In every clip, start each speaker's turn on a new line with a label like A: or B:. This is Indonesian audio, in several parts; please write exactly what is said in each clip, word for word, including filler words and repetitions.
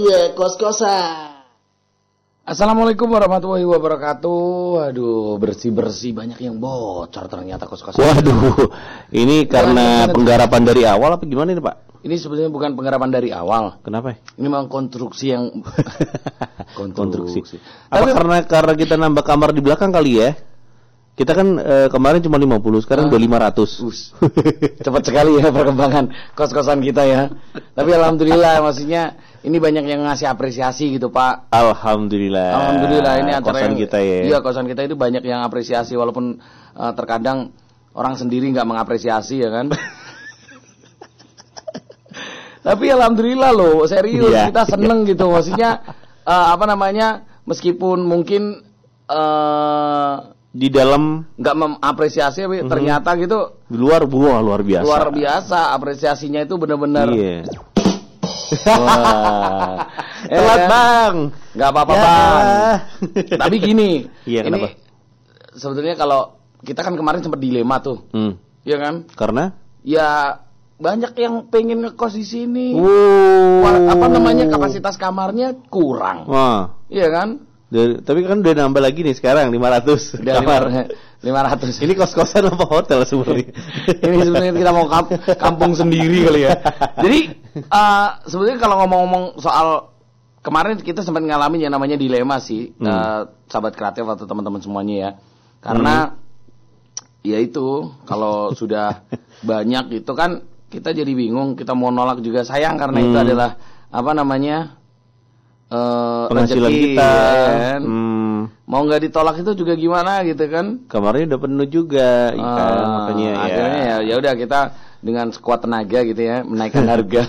A: dua kos-kosan. Assalamualaikum warahmatullahi wabarakatuh. Aduh, bersih-bersih banyak yang bocor ternyata kos-kosan.
B: Waduh, ini karena penggarapan dari awal apa gimana ini Pak?
A: Ini sebenarnya bukan penggarapan dari awal.
B: Kenapa?
A: Ini memang konstruksi yang
B: konstruksi. Apa Tapi, karena karena kita nambah kamar di belakang kali ya? Kita kan e, kemarin cuma lima puluh, sekarang udah uh, lima ratus.
A: Cepat sekali ya perkembangan kos-kosan kita ya. Tapi alhamdulillah, maksudnya ini banyak yang ngasih apresiasi gitu Pak.
B: Alhamdulillah.
A: Alhamdulillah ini antara
B: kosan
A: yang,
B: kita ya.
A: Iya, kosan kita itu banyak yang apresiasi walaupun uh, terkadang orang sendiri nggak mengapresiasi ya kan. Tapi alhamdulillah loh, serius yeah. kita seneng gitu. Maksudnya uh, apa namanya? Meskipun mungkin uh,
B: di dalam
A: nggak mengapresiasi, mm-hmm. ternyata gitu
B: di luar buah luar biasa.
A: Luar biasa apresiasinya itu benar-benar.
B: Iya. Wah. Telat
A: ya,
B: bang.
A: Nggak apa-apa ya. Bang. Tapi gini,
B: iya,
A: ini
B: kenapa?
A: Sebetulnya kalau kita kan kemarin sempat dilema tuh,
B: hmm.
A: ya kan?
B: Karena?
A: Ya banyak yang pengen ngekos di sini.
B: Wow.
A: Apa namanya kapasitas kamarnya kurang.
B: Wah.
A: Iya kan?
B: Dari, tapi kan udah nambah lagi nih sekarang lima ratus kamar.
A: lima ratus.
B: Ini kos-kosan apa hotel sebenarnya?
A: Ini sebenarnya kita mau kamp- kampung sendiri kali ya. Jadi uh, sebenarnya kalau ngomong-ngomong soal kemarin kita sempat ngalamin yang namanya dilema sih, hmm. uh, sahabat kreatif atau teman-teman semuanya ya. Karena hmm. ya itu kalau sudah banyak itu kan kita jadi bingung, kita mau nolak juga sayang karena hmm. itu adalah apa namanya? Uh,
B: penghasilan
A: rezeki,
B: kita
A: kan?
B: hmm.
A: Mau nggak ditolak itu juga gimana gitu kan?
B: Kamarnya udah penuh juga, uh, ikan, makanya
A: akhirnya ya ya udah kita dengan sekuat tenaga gitu ya menaikkan harga.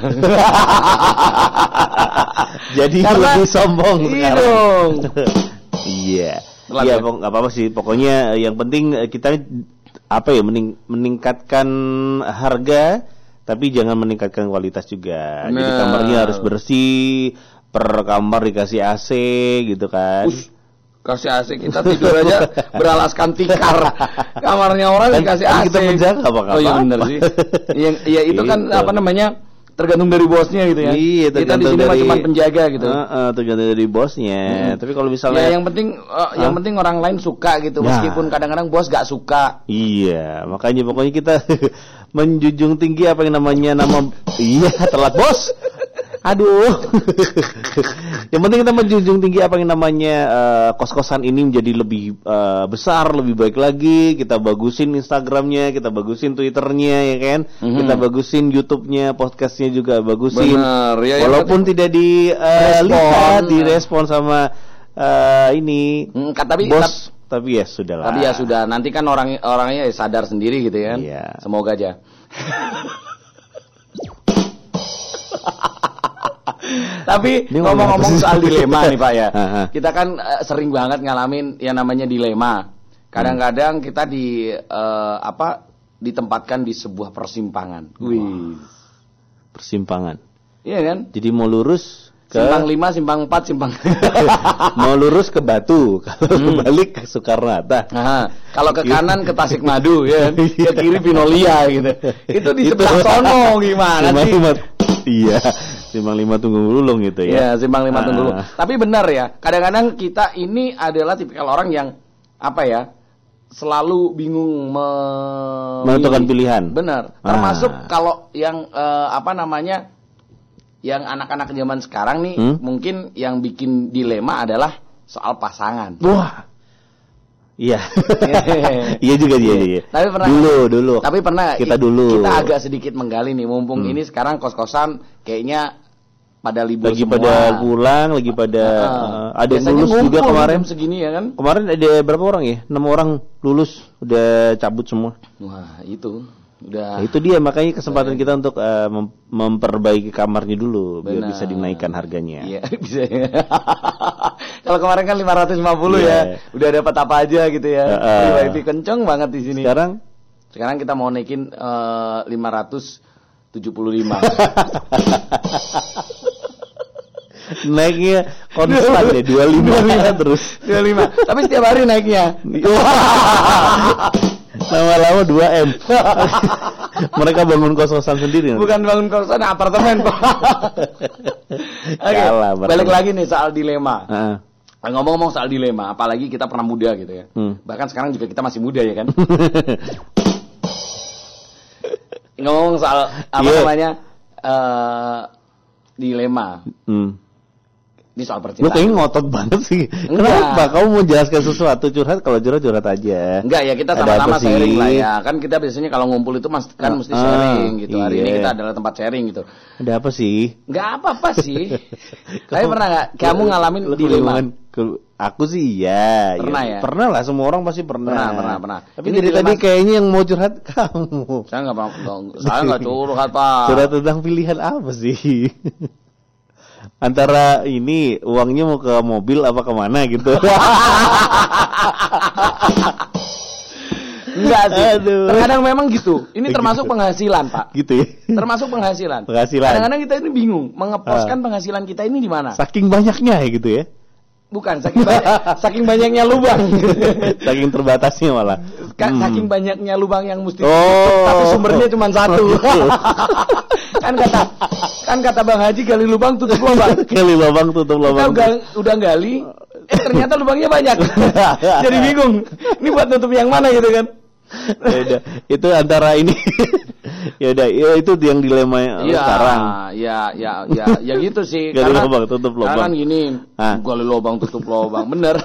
B: Jadi karena, lebih sombong
A: sekarang. Dong.
B: Iya, iya nggak apa-apa sih. Pokoknya yang penting kita apa ya mening, meningkatkan harga, tapi jangan meningkatkan kualitas juga. Nah. Jadi kamarnya harus bersih. Per kamar dikasih A C gitu kan.
A: Us, kasih A C kita tidur aja beralaskan tikar. Kamarnya orang kan, dikasih A C.
B: Kita menjaga apa-apa.
A: Oh iya benar sih. Yang ya itu gitu. Kan apa namanya? Tergantung dari bosnya gitu ya.
B: Iya,
A: kita di sini dari, cuma penjaga gitu.
B: Uh, uh, tergantung dari bosnya. Hmm. Tapi kalau misalnya
A: ya, yang penting uh, huh? yang penting orang lain suka gitu. Nah. Meskipun kadang-kadang bos gak suka.
B: Iya, makanya pokoknya kita menjunjung tinggi apa yang namanya nama. Iya, telat bos. Aduh. Yang penting kita menjunjung tinggi apa yang namanya uh, kos-kosan ini menjadi lebih uh, besar, lebih baik lagi. Kita bagusin Instagramnya, kita bagusin Twitternya, ya kan? Mm-hmm. Kita bagusin YouTube-nya, podcastnya juga bagusin.
A: Benar, ya,
B: walaupun
A: ya,
B: tidak dilihat, uh, direspon sama uh, ini
A: hmm, tapi,
B: bos. Ta- tapi ya sudahlah.
A: Tapi ya sudah. Nanti kan orang orangnya sadar sendiri gitu kan?
B: Iya.
A: Semoga aja. Tapi ini ngomong-ngomong soal dilema nih Pak ya, kita kan uh, sering banget ngalamin yang namanya dilema. Kadang-kadang kita di uh, apa ditempatkan di sebuah persimpangan.
B: Wih, persimpangan.
A: Iya kan?
B: Jadi mau lurus ke
A: simpang lima, simpang empat, simpang
B: mau lurus ke Batu, kalau hmm. kebalik ke Soekarno-Hatta.
A: Nah, kalau ke kanan ke Tasikmadu ya, ke kiri Pinolia gitu. Itu di sebelah sono gimana sih?
B: Iya, simpang lima tunggu lulung gitu ya.
A: Iya, simpang lima tunggu lulung. Tapi benar ya, kadang-kadang kita ini adalah tipikal orang yang apa ya, selalu bingung me-
B: menentukan pilihan.
A: Benar. Termasuk ah. kalau yang uh, apa namanya, yang anak-anak zaman sekarang nih, hmm? mungkin yang bikin dilema adalah soal pasangan.
B: Wah. Iya. Iya juga dia dia.
A: Tapi pernah
B: dulu dulu.
A: Tapi pernah
B: kita dulu.
A: Kita agak sedikit menggali nih mumpung hmm. ini sekarang kos-kosan kayaknya pada libur
B: lagi
A: semua.
B: pada pulang, lagi pada uh, uh, ada yang lulus juga kemarin
A: segini ya kan.
B: Kemarin ada berapa orang ya? enam orang lulus udah cabut semua.
A: Wah, itu udah.
B: Nah, itu dia makanya kesempatan kita untuk uh, mem- memperbaiki kamarnya dulu. Benar. Biar bisa dinaikkan harganya.
A: Iya, bisa. Kalau kemarin kan lima ratus lima puluh yeah. ya. Udah dapat apa aja gitu ya. Uh, uh. Wifi kenceng banget di sini.
B: Sekarang
A: sekarang kita mau naikin uh, lima ratus tujuh puluh lima.
B: Naiknya konstan ya dua puluh lima terus.
A: dua puluh lima. Tapi setiap hari naiknya.
B: Lama-lama dua M. Mereka bangun kos-kosan sendiri.
A: Bukan bangun kosan, apartemen, Pak. Oke,
B: Kalah,
A: balik lagi nih soal dilema.
B: Heeh.
A: Ngomong-ngomong soal dilema, apalagi kita pernah muda gitu ya.
B: Hmm.
A: Bahkan sekarang juga kita masih muda ya kan. Ngomong soal apa
B: Yeah.
A: namanya uh, dilema.
B: Hmm.
A: Ini soal
B: Lu
A: percintaan.
B: kayaknya ngotot banget sih.
A: Enggak.
B: Kenapa? Kamu mau jelaskan sesuatu curhat? Kalau curhat curhat aja.
A: Enggak ya, kita
B: Ada
A: sama-sama
B: apa sih?
A: sharing lah ya. Kan kita biasanya kalau ngumpul itu mas, kan mesti
B: Ah,
A: sharing gitu. Hari ini
B: iya.
A: kita adalah tempat sharing gitu.
B: Ada apa sih?
A: Enggak apa-apa sih. Kamu pernah enggak kamu ngalamin
B: Lu
A: dilema?
B: kelewatan ke- Aku sih iya.
A: Pernah ya?
B: Pernah lah, semua orang pasti pernah.
A: Pernah, pernah, pernah.
B: Tapi
A: Ini
B: dari
A: dilema-
B: tadi kayaknya yang mau curhat kamu.
A: Saya enggak saya enggak curhat, Pak.
B: Curhat tentang pilihan apa sih? Antara ini uangnya mau ke mobil apa kemana gitu.
A: Enggak sih.
B: Aduh.
A: Terkadang memang gitu. Ini termasuk penghasilan, Pak.
B: Gitu ya.
A: Termasuk penghasilan.
B: Penghasilan.
A: Kadang-kadang kita ini bingung mengeposkan
B: Ah.
A: penghasilan kita ini di mana.
B: Saking banyaknya ya gitu ya.
A: Bukan, saking banyak, saking banyaknya lubang.
B: Saking terbatasnya malah.
A: Kan
B: Hmm.
A: saking banyaknya lubang yang mesti
B: Oh.
A: ditutup, tapi sumbernya cuma satu. kan kata kan kata Bang Haji gali lubang tutup lubang.
B: Kali lubang tutup
A: Kita
B: lubang.
A: udah, udah gali, eh ternyata lubangnya banyak. Jadi bingung. Ini buat tutup yang mana gitu kan?
B: Ya udah, itu antara ini. Ya udah, ya itu yang dilema
A: Iya,
B: sekarang.
A: ya, ya, ya, ya gitu sih.
B: Gali
A: karena,
B: lubang, tutup lubang.
A: Karena kan gini,
B: Ah.
A: gali lubang, tutup lubang, bener.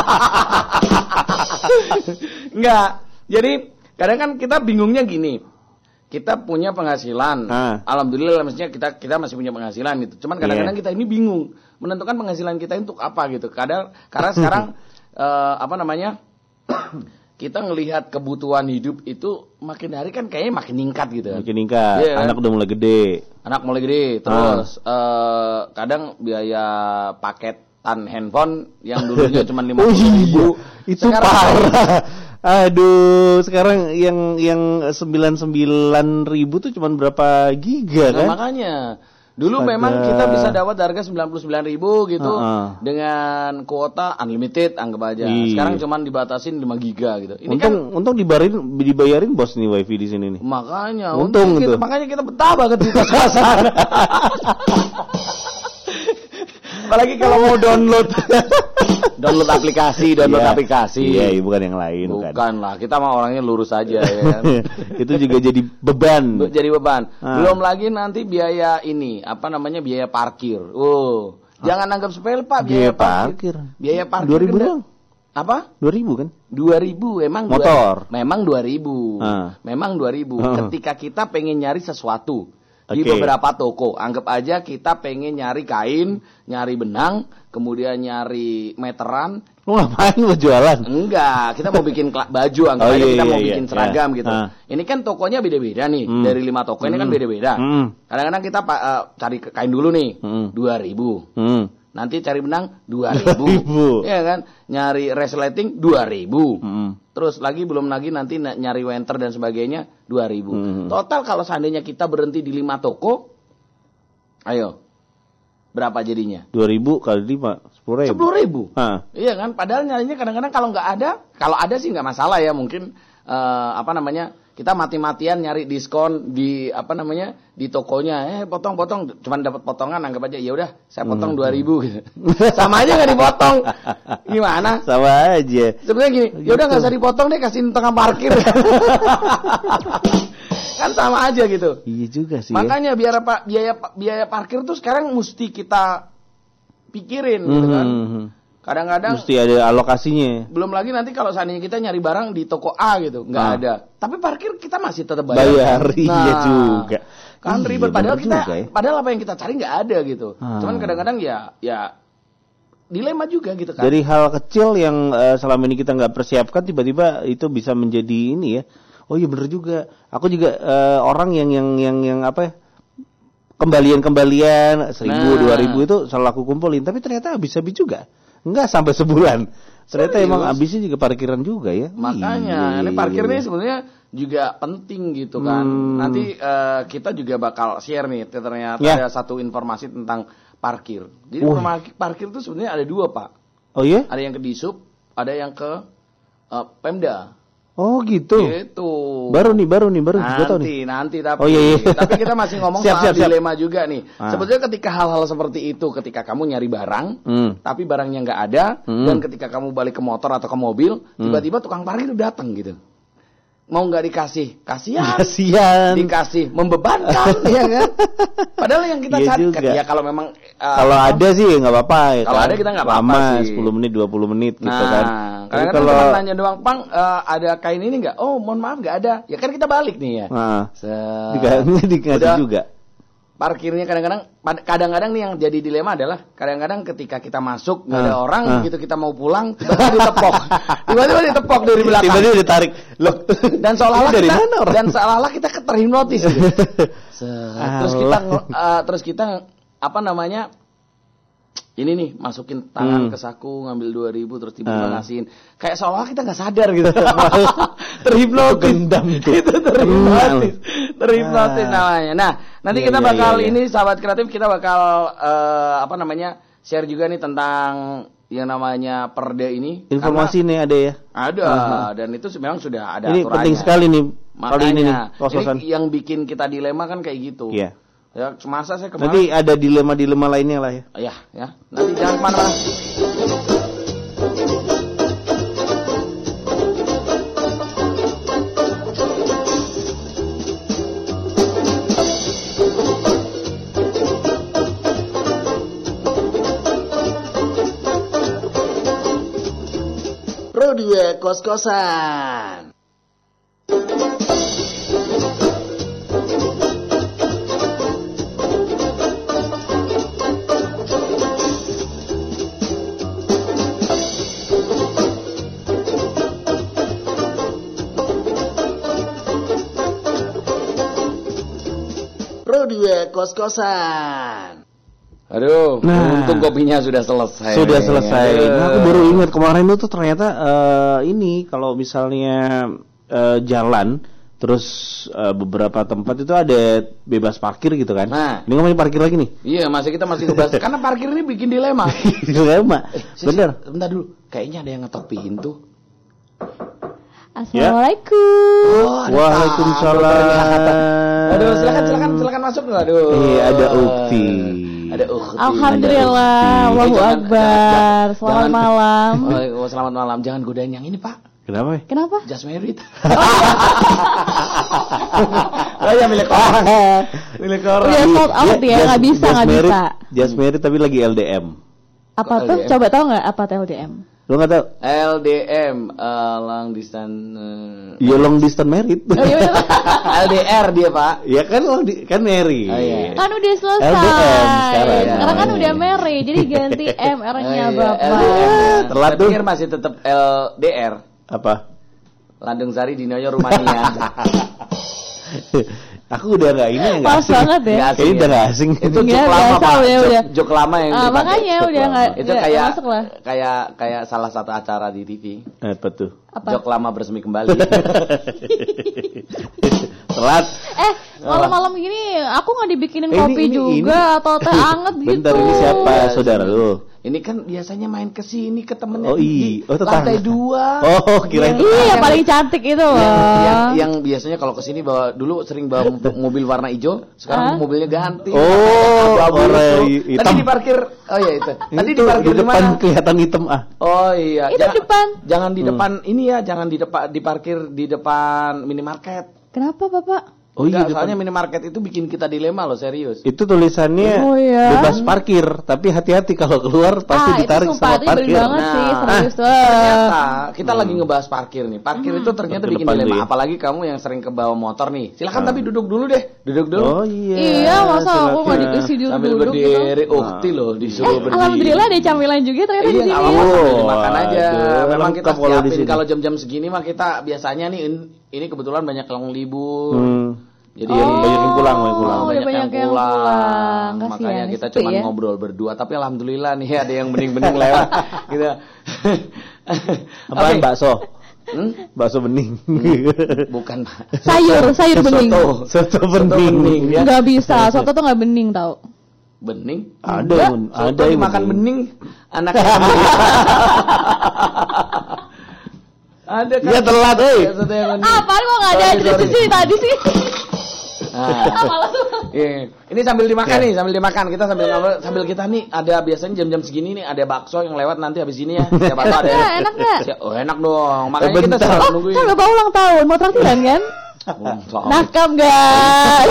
A: Enggak. Jadi kadang kan kita bingungnya gini. Kita punya penghasilan,
B: Ah.
A: alhamdulillah, maksudnya kita kita masih punya penghasilan gitu. Cuman kadang-kadang
B: Yeah.
A: kita ini bingung menentukan penghasilan kita untuk apa gitu. Kadang karena sekarang eh, apa namanya? Kita ngelihat kebutuhan hidup itu makin hari kan kayaknya makin meningkat gitu kan.
B: Makin meningkat,
A: Iya, kan?
B: anak udah mulai gede.
A: Anak mulai gede, terus eh, kadang biaya paketan handphone yang dulunya cuma lima
B: Oh
A: puluh ribu,
B: iya, itu parah. Aduh, sekarang yang yang sembilan puluh sembilan ribu tuh cuma berapa giga
A: nah,
B: kan?
A: makanya dulu
B: Astaga.
A: memang kita bisa dapat harga sembilan puluh sembilan ribu gitu
B: Uh-uh.
A: dengan kuota unlimited anggap aja.
B: Iya.
A: Sekarang cuma dibatasin lima giga gitu. Ini
B: untung
A: kan
B: untung dibayarin dibayarin bos nih wifi di sini nih.
A: makanya
B: Untung
A: untuk kita,
B: itu.
A: makanya kita betah banget di kos-kosan. Apalagi kalau mau download download aplikasi, download
B: Iya.
A: aplikasi.
B: Iya, iya, bukan yang lain
A: Bukan
B: bukan.
A: lah, kita mah orangnya lurus aja ya kan.
B: Itu juga jadi beban.
A: Be- Jadi beban.
B: Ah.
A: Belum lagi nanti biaya ini, apa namanya biaya parkir. Oh, jangan anggap sepele Pak, biaya,
B: Biaya parkir.
A: Biaya parkir
B: dua ribu
A: gede.
B: doang.
A: Apa?
B: dua ribu kan?
A: dua ribu emang dua-
B: Motor.
A: memang dua ribu.
B: Ah.
A: Memang dua ribu.
B: Ah.
A: Ketika kita pengen nyari sesuatu di
B: Oke.
A: beberapa toko, anggap aja kita pengen nyari kain, nyari benang, kemudian nyari meteran.
B: Lu ngapain mau jualan?
A: Enggak, kita mau bikin kla- baju, anggap
B: Oh,
A: aja
B: iya,
A: kita
B: iya,
A: mau
B: iya,
A: bikin
B: iya.
A: seragam gitu.
B: Ah.
A: Ini kan tokonya beda-beda nih,
B: Hmm.
A: dari lima toko ini kan
B: Hmm.
A: beda-beda.
B: Hmm.
A: Kadang-kadang kita pa- eh, cari ke- kain dulu nih,
B: Hmm.
A: dua ribu.
B: Hmm.
A: Nanti cari benang dua ribu.
B: dua ribu.
A: Iya kan? Nyari resleting dua ribu.
B: Hmm.
A: Terus lagi belum lagi nanti na- nyari wenter dan sebagainya dua ribu.
B: Hmm.
A: Total kalau seandainya kita berhenti di lima toko, ayo. Berapa jadinya?
B: dua ribu kali lima, sepuluh ribu.
A: sepuluh ribu.
B: Hah.
A: Iya kan? Padahal nyarinya kadang-kadang kalau nggak ada, kalau ada sih nggak masalah ya. Mungkin eh, apa namanya? Kita mati-matian nyari diskon di apa namanya? Di tokonya. Eh potong-potong cuman dapat potongan, anggap aja ya udah saya potong dua ribu gitu. Sama aja nggak dipotong. Gimana?
B: Sama aja.
A: Sebenarnya gini, ya udah nggak usah dipotong deh, kasihin tengah parkir. Kan sama aja gitu.
B: Iya juga sih.
A: Makanya biar apa biaya biaya parkir tuh sekarang mesti kita pikirin
B: ya.
A: gitu kan.
B: Mhm.
A: Kadang-kadang
B: Mesti ada alokasinya.
A: belum lagi nanti kalau seandainya kita nyari barang di toko A gitu, nggak
B: Ah.
A: ada. Tapi parkir kita masih tetap bayar.
B: Bayar, iya juga.
A: Kan
B: Iya,
A: ribet padahal
B: bener
A: kita
B: juga ya.
A: padahal apa yang kita cari nggak ada gitu.
B: Ah.
A: Cuman kadang-kadang ya ya dilema juga gitu kan.
B: Dari hal kecil yang eh, selama ini kita nggak persiapkan, tiba-tiba itu bisa menjadi ini ya. Oh iya bener juga. Aku juga eh, orang yang yang yang yang apa ya? Kembalian-kembalian seribu
A: Nah.
B: dua ribu itu selalu aku kumpulin, tapi ternyata habis-habis juga. Enggak sampai sebulan. Ternyata
A: Serius?
B: emang habisnya juga parkiran juga ya.
A: Makanya,
B: Iya,
A: ini parkir
B: iya,
A: nih
B: iya.
A: sebenarnya juga penting gitu kan.
B: Hmm.
A: Nanti eh, kita juga bakal share nih, ternyata
B: Ya.
A: ada satu informasi tentang parkir. Jadi
B: Wah.
A: parkir, parkir itu sebenarnya ada dua Pak.
B: Oh iya?
A: Ada yang ke Disub, ada yang ke eh, Pemda.
B: Oh gitu.
A: Gitu.
B: Baru nih, baru nih, baru.
A: Nanti,
B: tahu nih.
A: nanti tapi
B: Oh, iya, iya.
A: tapi kita masih ngomong
B: Siap,
A: soal
B: siap, siap.
A: dilema juga nih.
B: Ah.
A: Sebetulnya ketika hal-hal seperti itu, ketika kamu nyari barang,
B: Hmm.
A: tapi barangnya nggak ada,
B: Hmm.
A: dan ketika kamu balik ke motor atau ke mobil, tiba-tiba tukang parkir datang gitu. Mau nggak dikasih, kasihan.
B: Kasihan.
A: Dikasih, membebankan, ya kan? Padahal yang kita
B: Iya
A: cari,
B: juga.
A: ya kalau memang uh,
B: Kalau ada sih nggak apa-apa ya
A: Kalau
B: kan?
A: ada kita nggak apa-apa
B: Lama,
A: sih.
B: sepuluh menit, dua puluh menit gitu
A: nah,
B: kan. Tapi
A: kadang-kadang
B: kalau
A: cuma nanya doang, Pang, uh, ada kain ini nggak? Oh, mohon maaf nggak ada. Ya kan kita balik nih ya.
B: nah,
A: Se-
B: dikasih dikasih
A: Udah.
B: juga.
A: Parkirnya kadang-kadang, pad- kadang-kadang nih yang jadi dilema adalah kadang-kadang ketika kita masuk nggak ada
B: Ah,
A: orang,
B: ah.
A: begitu kita mau pulang, tiba-tiba ditepok, tiba-tiba ditepok dari belakang.
B: Tiba-tiba ditarik. Loh.
A: Dan seolah-olah
B: Ini dari
A: kita,
B: mana orang?
A: dan seolah-olah kita terhipnotis. Gitu. Se- terus kita,
B: Allah.
A: uh, terus kita apa namanya? Ini nih masukin tangan
B: Hmm.
A: ke saku, ngambil dua ribu terus tiba-tiba
B: Ah.
A: ngasihin. Kayak seolah-olah kita nggak sadar gitu. Terhipnotis.
B: Itu gendam itu.
A: Itu terhipnotis. Terhipnotis
B: Ah.
A: namanya. Nah, nanti
B: Iya,
A: kita
B: iya,
A: bakal
B: iya, iya.
A: ini sahabat kreatif kita bakal eh, apa namanya? Share juga nih tentang yang namanya perda ini.
B: Informasi nih ada ya.
A: Karena ada
B: Aha.
A: dan itu memang sudah ada
B: Ini
A: aturannya.
B: penting sekali nih kali
A: Makanya,
B: ini nih
A: ini
B: kos-kosan.
A: yang bikin kita dilema kan kayak gitu.
B: Iya.
A: Ya, semasa saya kemarin.
B: Nanti ada dilema-dilema lainnya lah ya.
A: Ya, ya. Nanti jangan kemana-mana. Pro dua kos-kosan. Pro dua kos-kosan. Aduh,
B: Nah.
A: untung kopinya sudah selesai.
B: Sudah selesai.
A: Aduh.
B: Nah, aku baru ingat kemarin itu ternyata eh, ini kalau misalnya eh, jalan terus eh, beberapa tempat itu ada bebas parkir gitu kan.
A: Nah.
B: Ini ngomongin parkir lagi nih.
A: Iya, masih kita masih ngebahas karena parkir ini bikin dilema.
B: Dilema.
A: Sisi,
B: Bener.
A: Bentar dulu, kayaknya ada yang ngetok pintu.
C: Assalamualaikum.
A: Oh, ada
B: Waalaikumsalam.
A: tamu ternyata. Aduh, silakan silakan silakan masuk. Aduh.
B: Iya, ada Ukti.
A: Ada Ukti.
C: Alhamdulillah,
B: Ada Ukti.
C: Allahu
A: Eh, jangan-
C: Akbar.
A: jangan-
C: Selamat
A: jangan-
C: malam.
A: Oh, selamat malam. Jangan godain yang ini, Pak.
B: Kenapa? ya?
C: Kenapa?
A: Just married. Oh ya milik orang. Milik orang.
C: Udah sold out ya, nggak bisa, nggak bisa.
B: Just married tapi lagi L D M.
C: Apa
A: Kok
C: tuh?
A: L D M?
C: Coba tahu nggak apa tuh L D M?
B: Lo nggak tahu?
A: L D M, uh, long distance. Uh,
B: Ya long distance married.
C: Oh iya bener.
A: L D R dia, Pak.
B: Ya kan long di, kan married.
A: Oh, iya.
C: Kan udah selesai.
B: L D M sekarang.
C: Sekarang kan
B: Iya.
C: udah married, jadi ganti M
A: Oh,
C: R-nya
A: iya,
C: Bapak.
A: L D M, ya.
B: Telat
A: Saya
B: tuh.
A: pikir masih tetap L D R.
B: Apa?
A: Landung Sari Dinoyo Rumania.
B: Aku udah nggak ini nggak
C: Pas
B: asing.
C: banget ya.
A: Nggak asing
B: Kayaknya udah
A: ya.
B: nggak asing.
A: Itu
C: Nggak,
A: jok lama,
C: biasa
A: Pak.
C: udah,
A: Jok,
C: udah.
A: jok lama yang
C: Ah,
A: dipakai.
C: makanya udah nggak
A: Itu
C: nggak
A: kayak
C: masuk lah.
A: kayak kayak salah satu acara di T V.
B: Apa tuh?
C: Apa?
A: Jok lama bersemi kembali.
B: Telat.
C: Eh, malam-malam gini aku nggak dibikinin
B: Eh, ini-
C: kopi
B: ini-
C: juga atau teh anget gitu.
B: Bentar, ini siapa? Saudara lu?
A: Ini kan biasanya main ke sini ke temennya
B: Oh,
A: di
B: iya. Oh, tetangga.
A: lantai dua.
B: Oh, kirain
C: Iya, paling cantik itu loh.
A: Yang, yang, yang biasanya kalau ke sini bawa dulu sering bawa mobil warna hijau, sekarang
C: Hah?
A: mobilnya ganti.
B: Oh,
A: Abu-abu
B: warna
A: itu.
B: hitam.
A: Tadi diparkir. Oh iya itu. Tadi
B: Itu
A: diparkir
B: di
A: di
B: depan
A: mana?
B: kelihatan hitam ah.
A: Oh iya.
C: Itu depan.
A: Jangan di
B: Hmm.
A: depan ini ya, jangan di depan diparkir di depan minimarket.
C: Kenapa Bapak?
B: Oh iya,
A: Enggak,
B: depan.
A: soalnya minimarket itu bikin kita dilema loh, serius.
B: Itu tulisannya
C: Oh, iya.
B: bebas parkir, tapi hati-hati kalau keluar pasti
C: Ah, itu
B: ditarik
C: sumpah,
B: sama
C: itu nyebelin
B: parkir.
C: banget sih,
A: Nah,
C: serius tuh.
A: Ternyata kita lagi ngebahas parkir nih. Parkir itu ternyata
B: Ke
A: bikin
B: depan
A: dilema.
B: tuh ya.
A: Apalagi kamu yang sering ke bawah motor nih. Silakan
B: Hmm.
A: tapi duduk dulu deh. Duduk dulu.
B: Oh iya.
C: Iya, masa aku
B: silakan.
C: nggak dikasih
A: Sambil
C: duduk gitu.
A: berdiri, ukti loh disuruh
C: Eh,
A: berdiri.
C: alhamdulillah ada camilan juga ternyata
A: Iya,
C: di sini.
A: nggak
C: ya.
A: apa-apa, sambil
B: Oh,
A: dimakan aja.
B: aduh,
A: Memang kita
B: lengkap kalau di
A: siapin
B: sini.
A: kalau jam-jam segini mah kita biasanya nih in- ini kebetulan banyak yang libur.
B: Hmm.
A: Jadi
B: Oh, banyak yang pulang, banyak yang pulang.
C: Oh, udah banyak yang pulang. Kasihan,
A: Makanya kita
C: sepi
A: cuma
C: ya.
A: ngobrol berdua, tapi alhamdulillah nih ada yang bening-bening lewat gitu.
B: Apaan
A: Oke.
B: bakso?
A: Hmm?
B: Bakso bening.
A: Bukan, Pak.
C: Sayur, sayur bening.
A: Soto.
B: Soto
A: Soto
B: bening.
A: bening ya.
C: Nggak bisa, soto tuh nggak bening tau.
A: Bening?
B: Ada
A: Enggak,
B: yang
A: soto
B: ada yang
A: dimakan
B: bening.
A: bening. Anaknya bening. Ada kan?
B: Iya telat, hei.
A: Satu yang unik.
C: Apaan kok nggak ada
A: Sorry,
C: di
A: sorry.
C: sini tadi sih?
A: Nah,
C: Ah, malas.
A: iya. Ini sambil dimakan nih, sambil dimakan. Kita sambil ngobrol, sambil kita nih ada biasanya jam-jam segini nih ada bakso yang lewat nanti habis ini ya. Siapa tahu ada.
C: Enak nggak? Enak nggak?
A: Ya, oh, enak dong. Makanya
B: Eh,
A: kita
B: bentar.
A: selalu
C: Oh,
A: nungguin.
C: kan Bapak ulang tahun, mau traktiran kan?
A: Oh, soal-
C: Nakam guys.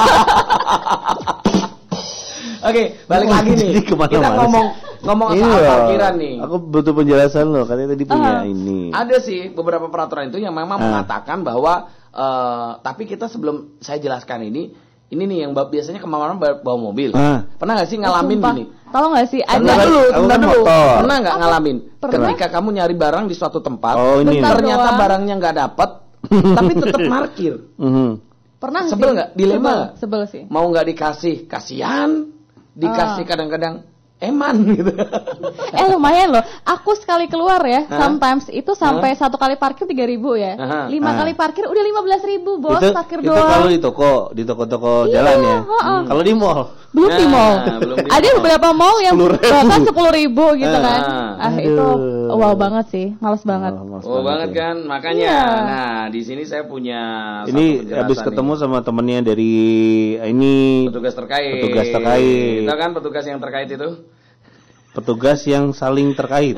A: Oke, balik lagi nih.
B: Jadi kemana-mana
A: Kita
B: sih?
A: ngomong ngomong
B: Ini
A: soal
B: loh,
A: parkiran nih.
B: Aku butuh penjelasan loh, katanya tadi punya
C: Ah.
B: ini.
A: Ada sih beberapa peraturan itu yang memang
B: Ah.
A: mengatakan bahwa eh, tapi kita sebelum saya jelaskan ini, ini nih yang bab- biasanya kemana-mana bawa bawa mobil.
B: Ah.
A: Pernah nggak sih ngalamin
C: Sumpah.
A: gini?
C: Tahu nggak sih ada
A: Bentar dulu,
B: Aku
A: bentar
B: kan
A: dulu.
B: motor.
A: Pernah nggak
C: Apa?
A: ngalamin?
C: Pernah.
A: Ketika kamu nyari barang di suatu tempat,
B: Oh ini.
C: Bentar.
A: ternyata
C: doang.
A: barangnya nggak dapet, tapi tetap parkir.
B: Mhm.
C: pernah nggak
A: Sebel
C: sih?
A: nggak? Dilema
C: Sebel,
A: nggak?
C: sebel sih.
A: Mau nggak dikasih kasihan, dikasih
C: Ah.
A: kadang-kadang eman gitu.
C: Eh lumayan loh. Aku sekali keluar ya,
A: Hah?
C: sometimes itu sampai satu kali parkir tiga ribu ya.
A: Aha.
C: Lima
B: Ah.
C: kali parkir udah lima belas ribu bos
B: itu
C: parkir
B: itu
C: doang.
B: kalau di toko, di toko-toko
C: Iya,
B: jalan ya.
C: ha-ha.
B: Kalau di mall.
C: Belum di
A: Nah,
C: mall.
A: belum di
C: Ada
A: mall.
C: beberapa mall yang
B: sepuluh ribu.
C: bahkan sepuluh ribu gitu kan.
A: Ah.
C: Ah itu
B: Aduh.
C: wow banget sih, males banget.
B: Oh, mas
A: Oh banget
B: ya.
A: kan, makanya.
C: Iya.
A: Nah, di sini saya punya
B: Ini
A: satu
B: habis
A: penjelasan
B: ketemu
A: nih.
B: sama temennya dari ini
A: petugas terkait.
B: petugas terkait.
A: Tahu kan petugas yang terkait itu?
B: petugas yang saling terkait.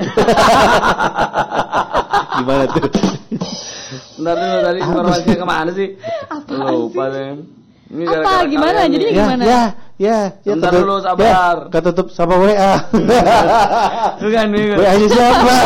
B: Gimana tuh?
A: Bentar dulu tadi informasinya kemana sih?
C: Apaan
A: Lupa deh. Ini
C: Apa?
A: gara-gara
C: Gimana?
A: kalian
C: Jadinya
A: nih.
B: Ya,
C: gimana?
B: ya, ya, ya.
A: Bentar
B: ketutup-
A: dulu, sabar.
B: Ya, ketutup sama W A.
A: Bukan nih.
B: W A-nya siapa?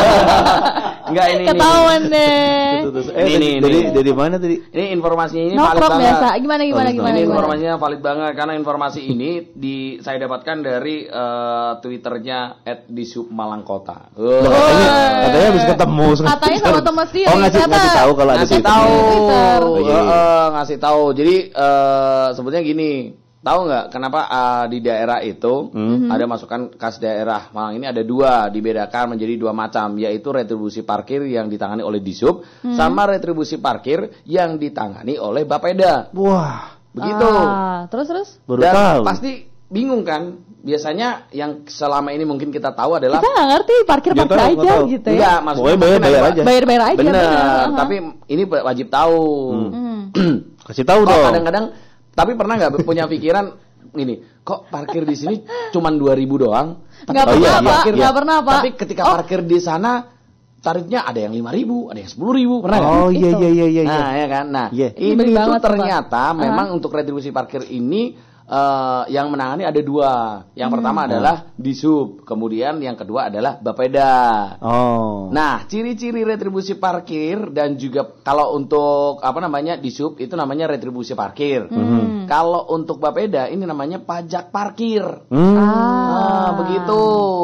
A: Enggak ini. ini.
C: Ketahuan deh.
B: Ketutup-
A: Ini,
B: Eh,
A: ini,
B: dari
A: ini.
B: dari mana tadi?
A: Ini informasinya ini valid
C: Nongkrong
A: banget.
C: biasa. Gimana gimana
B: Oh,
C: gimana
A: Ini
C: gimana.
A: informasinya valid banget karena informasi ini di saya dapatkan dari eh, Twitternya et disub malang kota.
B: Loh, katanya, katanya habis ketemu.
C: Katanya sama teman sendiri,
B: Oh, ngasih
C: ternyata
B: ngasih tahu kalau ada
A: ngasih
B: Twitter.
A: tahu,
C: Twitter.
B: Oh, iya, iya.
A: Heeh, ngasih tahu. Jadi eh, sebetulnya gini, tahu nggak kenapa eh, di daerah itu
B: Hmm.
A: ada masukan kas daerah Malang ini ada dua, dibedakan menjadi dua macam, yaitu retribusi parkir yang ditangani oleh Disub sama retribusi parkir yang ditangani oleh Bapeda.
B: Wah,
A: Begitu.
C: Ah, terus terus.
B: baru
A: Dan
B: tahu.
A: pasti bingung kan? Biasanya yang selama ini mungkin kita tahu adalah
C: Kita nggak ngerti parkir
B: Nggak
C: parkir
B: tahu,
C: aja
B: nggak tahu.
C: gitu ya.
A: enggak, maksudnya
B: Pokoknya bayar-
A: mungkin
B: bayar
A: ada-
B: aja.
C: Bayar-bayar aja.
A: Bener,
C: bener.
A: tapi ini wajib tahu.
C: Hmm.
B: Kasih tahu
A: Kok
B: dong.
A: kadang-kadang, tapi pernah nggak punya pikiran gini, kok parkir di sini cuma dua ribu doang? Tapi
C: Nggak
B: Oh,
C: pernah
B: iya,
C: pak,
B: iya,
C: nggak
B: iya.
C: pernah pak.
A: Tapi ketika
C: Oh,
A: parkir di sana tarifnya ada yang lima ribu, ada yang sepuluh ribu, pernah nggak?
B: Oh iya
C: Itu.
B: iya iya iya. iya.
A: Nah, ya kan. Nah,
B: Iya.
A: ini
C: Beli
A: tuh
C: banget tuh, Pak.
A: ternyata
C: Ah.
A: memang untuk retribusi parkir ini eh, yang menangani ada dua. Yang
C: Hmm.
A: pertama adalah Disub, kemudian yang kedua adalah Bapeda.
B: Oh.
A: Nah, ciri-ciri retribusi parkir dan juga kalau untuk apa namanya Disub itu namanya retribusi parkir.
C: Hmm.
A: Kalau untuk Bapeda ini namanya pajak parkir.
B: Hmm.
A: Nah, begitu.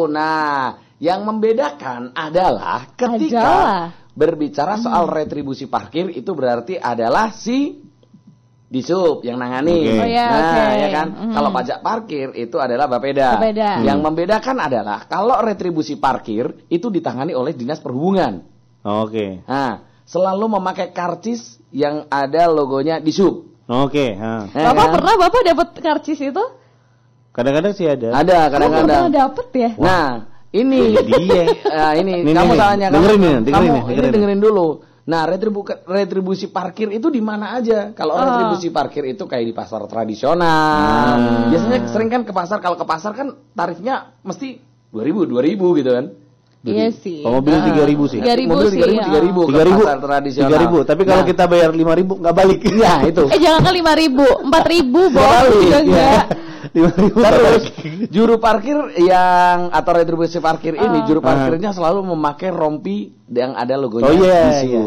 A: Nah, yang membedakan adalah ketika
C: Ajalah.
A: berbicara soal retribusi parkir itu berarti adalah si Disub yang nangani.
B: Oke.
C: Oh, iya,
A: nah,
C: oke.
A: ya kan.
C: Mhm.
A: Kalau pajak parkir itu adalah Bapeda.
C: Bapeda.
A: Yang membedakan adalah kalau retribusi parkir itu ditangani oleh Dinas Perhubungan.
B: Oke.
A: Nah, selalu memakai karcis yang ada logonya Disub.
B: Oke. ha.
A: Ya
C: Bapak
A: kan?
C: pernah bapak dapat karcis itu?
B: Kadang-kadang sih ada.
A: Ada
C: Oh,
A: kadang-kadang.
C: pernah dapet ya?
A: Nah, ini
B: dia.
A: Nah, ini
B: Nih,
A: kamu
B: nih,
A: salahnya kamu,
B: dengerin nih, dengerin
A: kamu
B: nih,
A: ini
B: dengerin.
A: dengerin dulu. Nah, retribu retribusi parkir itu di mana aja? Kalau
C: Ah.
A: retribusi parkir itu kayak di pasar tradisional.
B: Hmm.
A: Biasanya sering kan ke pasar, kalau ke pasar kan tarifnya mesti dua ribu, dua ribu gitu kan.
C: Iya sih.
B: Oh, mobil tiga ribu sih.
C: Tiga ribu
A: Mobil
C: sih,
A: tiga ribu,
C: ya.
A: tiga ribu ke
B: Tiga ribu.
A: pasar tradisional.
B: Tiga ribu. Tapi kalau
A: Nah,
B: kita bayar lima ribu nggak balik.
A: Iya, itu.
C: Eh jangan kan lima ribu, empat ribu bos.
A: balik,
C: Juga
A: iya.
C: enggak.
B: Lima ribu.
A: Terus juru parkir yang atau retribusi parkir ini
C: Ah.
A: juru parkirnya selalu memakai rompi yang ada logonya
B: Oh, iya,
A: Disub.
B: iya.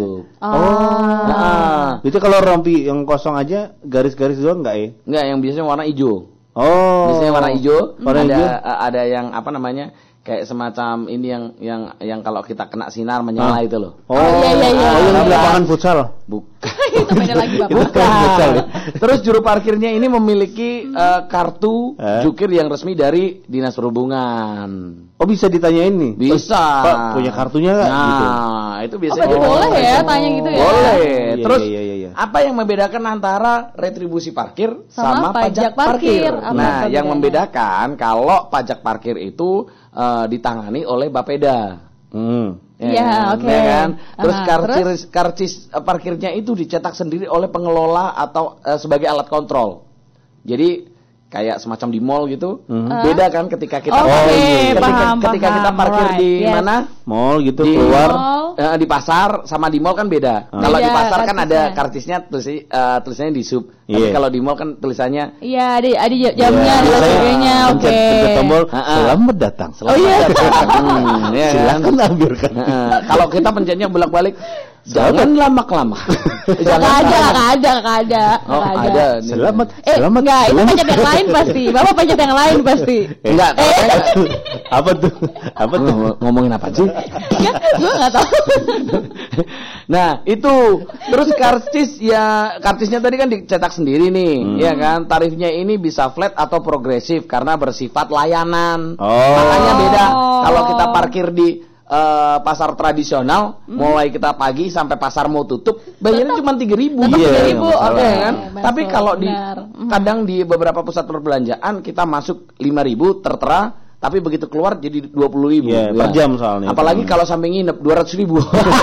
C: Oh.
A: Nah,
B: Itu kalau rompi yang kosong aja garis-garis doang nggak ya?
A: enggak yang biasanya warna hijau.
B: Oh.
A: Biasanya warna hijau,
B: Warna
A: ada
B: hijau.
A: ada yang apa namanya? Kayak semacam ini yang yang yang kalau kita kena sinar menyala
B: Ah.
A: itu loh.
B: Oh,
C: iya, iya, iya.
B: Oh, yang di lapangan futsal.
A: Bukan.
C: Itu beda lagi bapak.
A: Bukan. Terus juru parkirnya ini memiliki eh, kartu
B: Eh?
A: jukir yang resmi dari Dinas Perhubungan.
B: Oh, bisa ditanyain nih.
A: Bisa.
B: Pak, punya kartunya nggak?
A: Nah,
B: Gitu.
A: itu
C: Oh,
A: biasanya.
C: berarti boleh ya tanya gitu ya?
A: Boleh.
B: Iya,
A: Terus
B: iya, iya, iya.
A: apa yang membedakan antara retribusi parkir
C: Sama
A: sama, pajak
C: pajak parkir?
A: parkir?
C: Apa
A: Nah,
C: perbedaannya?
A: yang membedakan kalau pajak parkir itu eh, ditangani oleh Bapeda.
B: Hmm.
C: Iya, oke.
A: Ya kan? Terus
C: Aha,
A: karcis
C: terus?
A: karcis eh, parkirnya itu dicetak sendiri oleh pengelola atau eh, sebagai alat kontrol. Jadi kayak semacam di mall gitu.
B: Mhm.
A: Beda kan ketika kita
C: Oke,
A: ketika,
C: paham,
A: ketika kita
C: paham.
A: parkir
C: Alright,
A: di
C: yes.
A: mana?
B: Mall gitu
A: Di
B: keluar.
C: Mall.
A: Eh, di pasar sama di mall kan beda.
B: Ah.
A: Kalau di
C: Beda
A: pasar kan ada
C: karcisnya.
A: karcisnya tulis, eh, tulisannya di sub. Tapi
B: Iya.
A: kalau di mall kan tulisannya
C: Iya, ada ada jamnya
B: Ya,
C: dan
B: biasanya
C: sebagainya. Oke.
B: pencet- pencet tombol
A: Ah, ah.
B: selamat datang.
A: selamat
C: Oh, iya.
A: datang. Hmm, ya kan?
B: Silakan ambilkan.
A: Heeh. Kalau kita pencetnya bolak-balik, jangan lama-lama.
C: Gak ada, gak ada, gak ada,
A: Oh,
C: gak
A: ada. nih.
B: Selamat,
C: Eh,
B: selamat.
C: enggak, itu
B: selamat.
C: pencet yang lain pasti. Bapak pencet yang lain pasti.
A: Enggak,
C: Eh,
B: Apa tuh? Apa tuh?
A: Ngom- ngomongin apa sih?
C: ya, gue gak tahu.
A: Nah, itu. Terus karcis ya, karcisnya tadi kan dicetak sendiri nih,
B: Hmm.
A: ya kan? Tarifnya ini bisa flat atau progresif karena bersifat layanan.
B: Oh.
A: Makanya beda.
C: Oh.
A: Kalau kita parkir di eh, pasar tradisional, mulai kita pagi sampai pasar mau tutup, bayarnya cuma tiga ribu.
C: Tetap
B: Iya,
C: tiga ribu,
B: nggak
C: oke.
B: masalah.
A: kan?
C: Betul,
A: Tapi kalau di
C: benar. Mhm.
A: kadang di beberapa pusat perbelanjaan kita masuk lima ribu tertera, tapi begitu keluar jadi dua puluh ribu.
B: Iya, per jam soalnya.
A: Apalagi
B: Hmm.
A: kalau sampai nginep dua ratus ribu.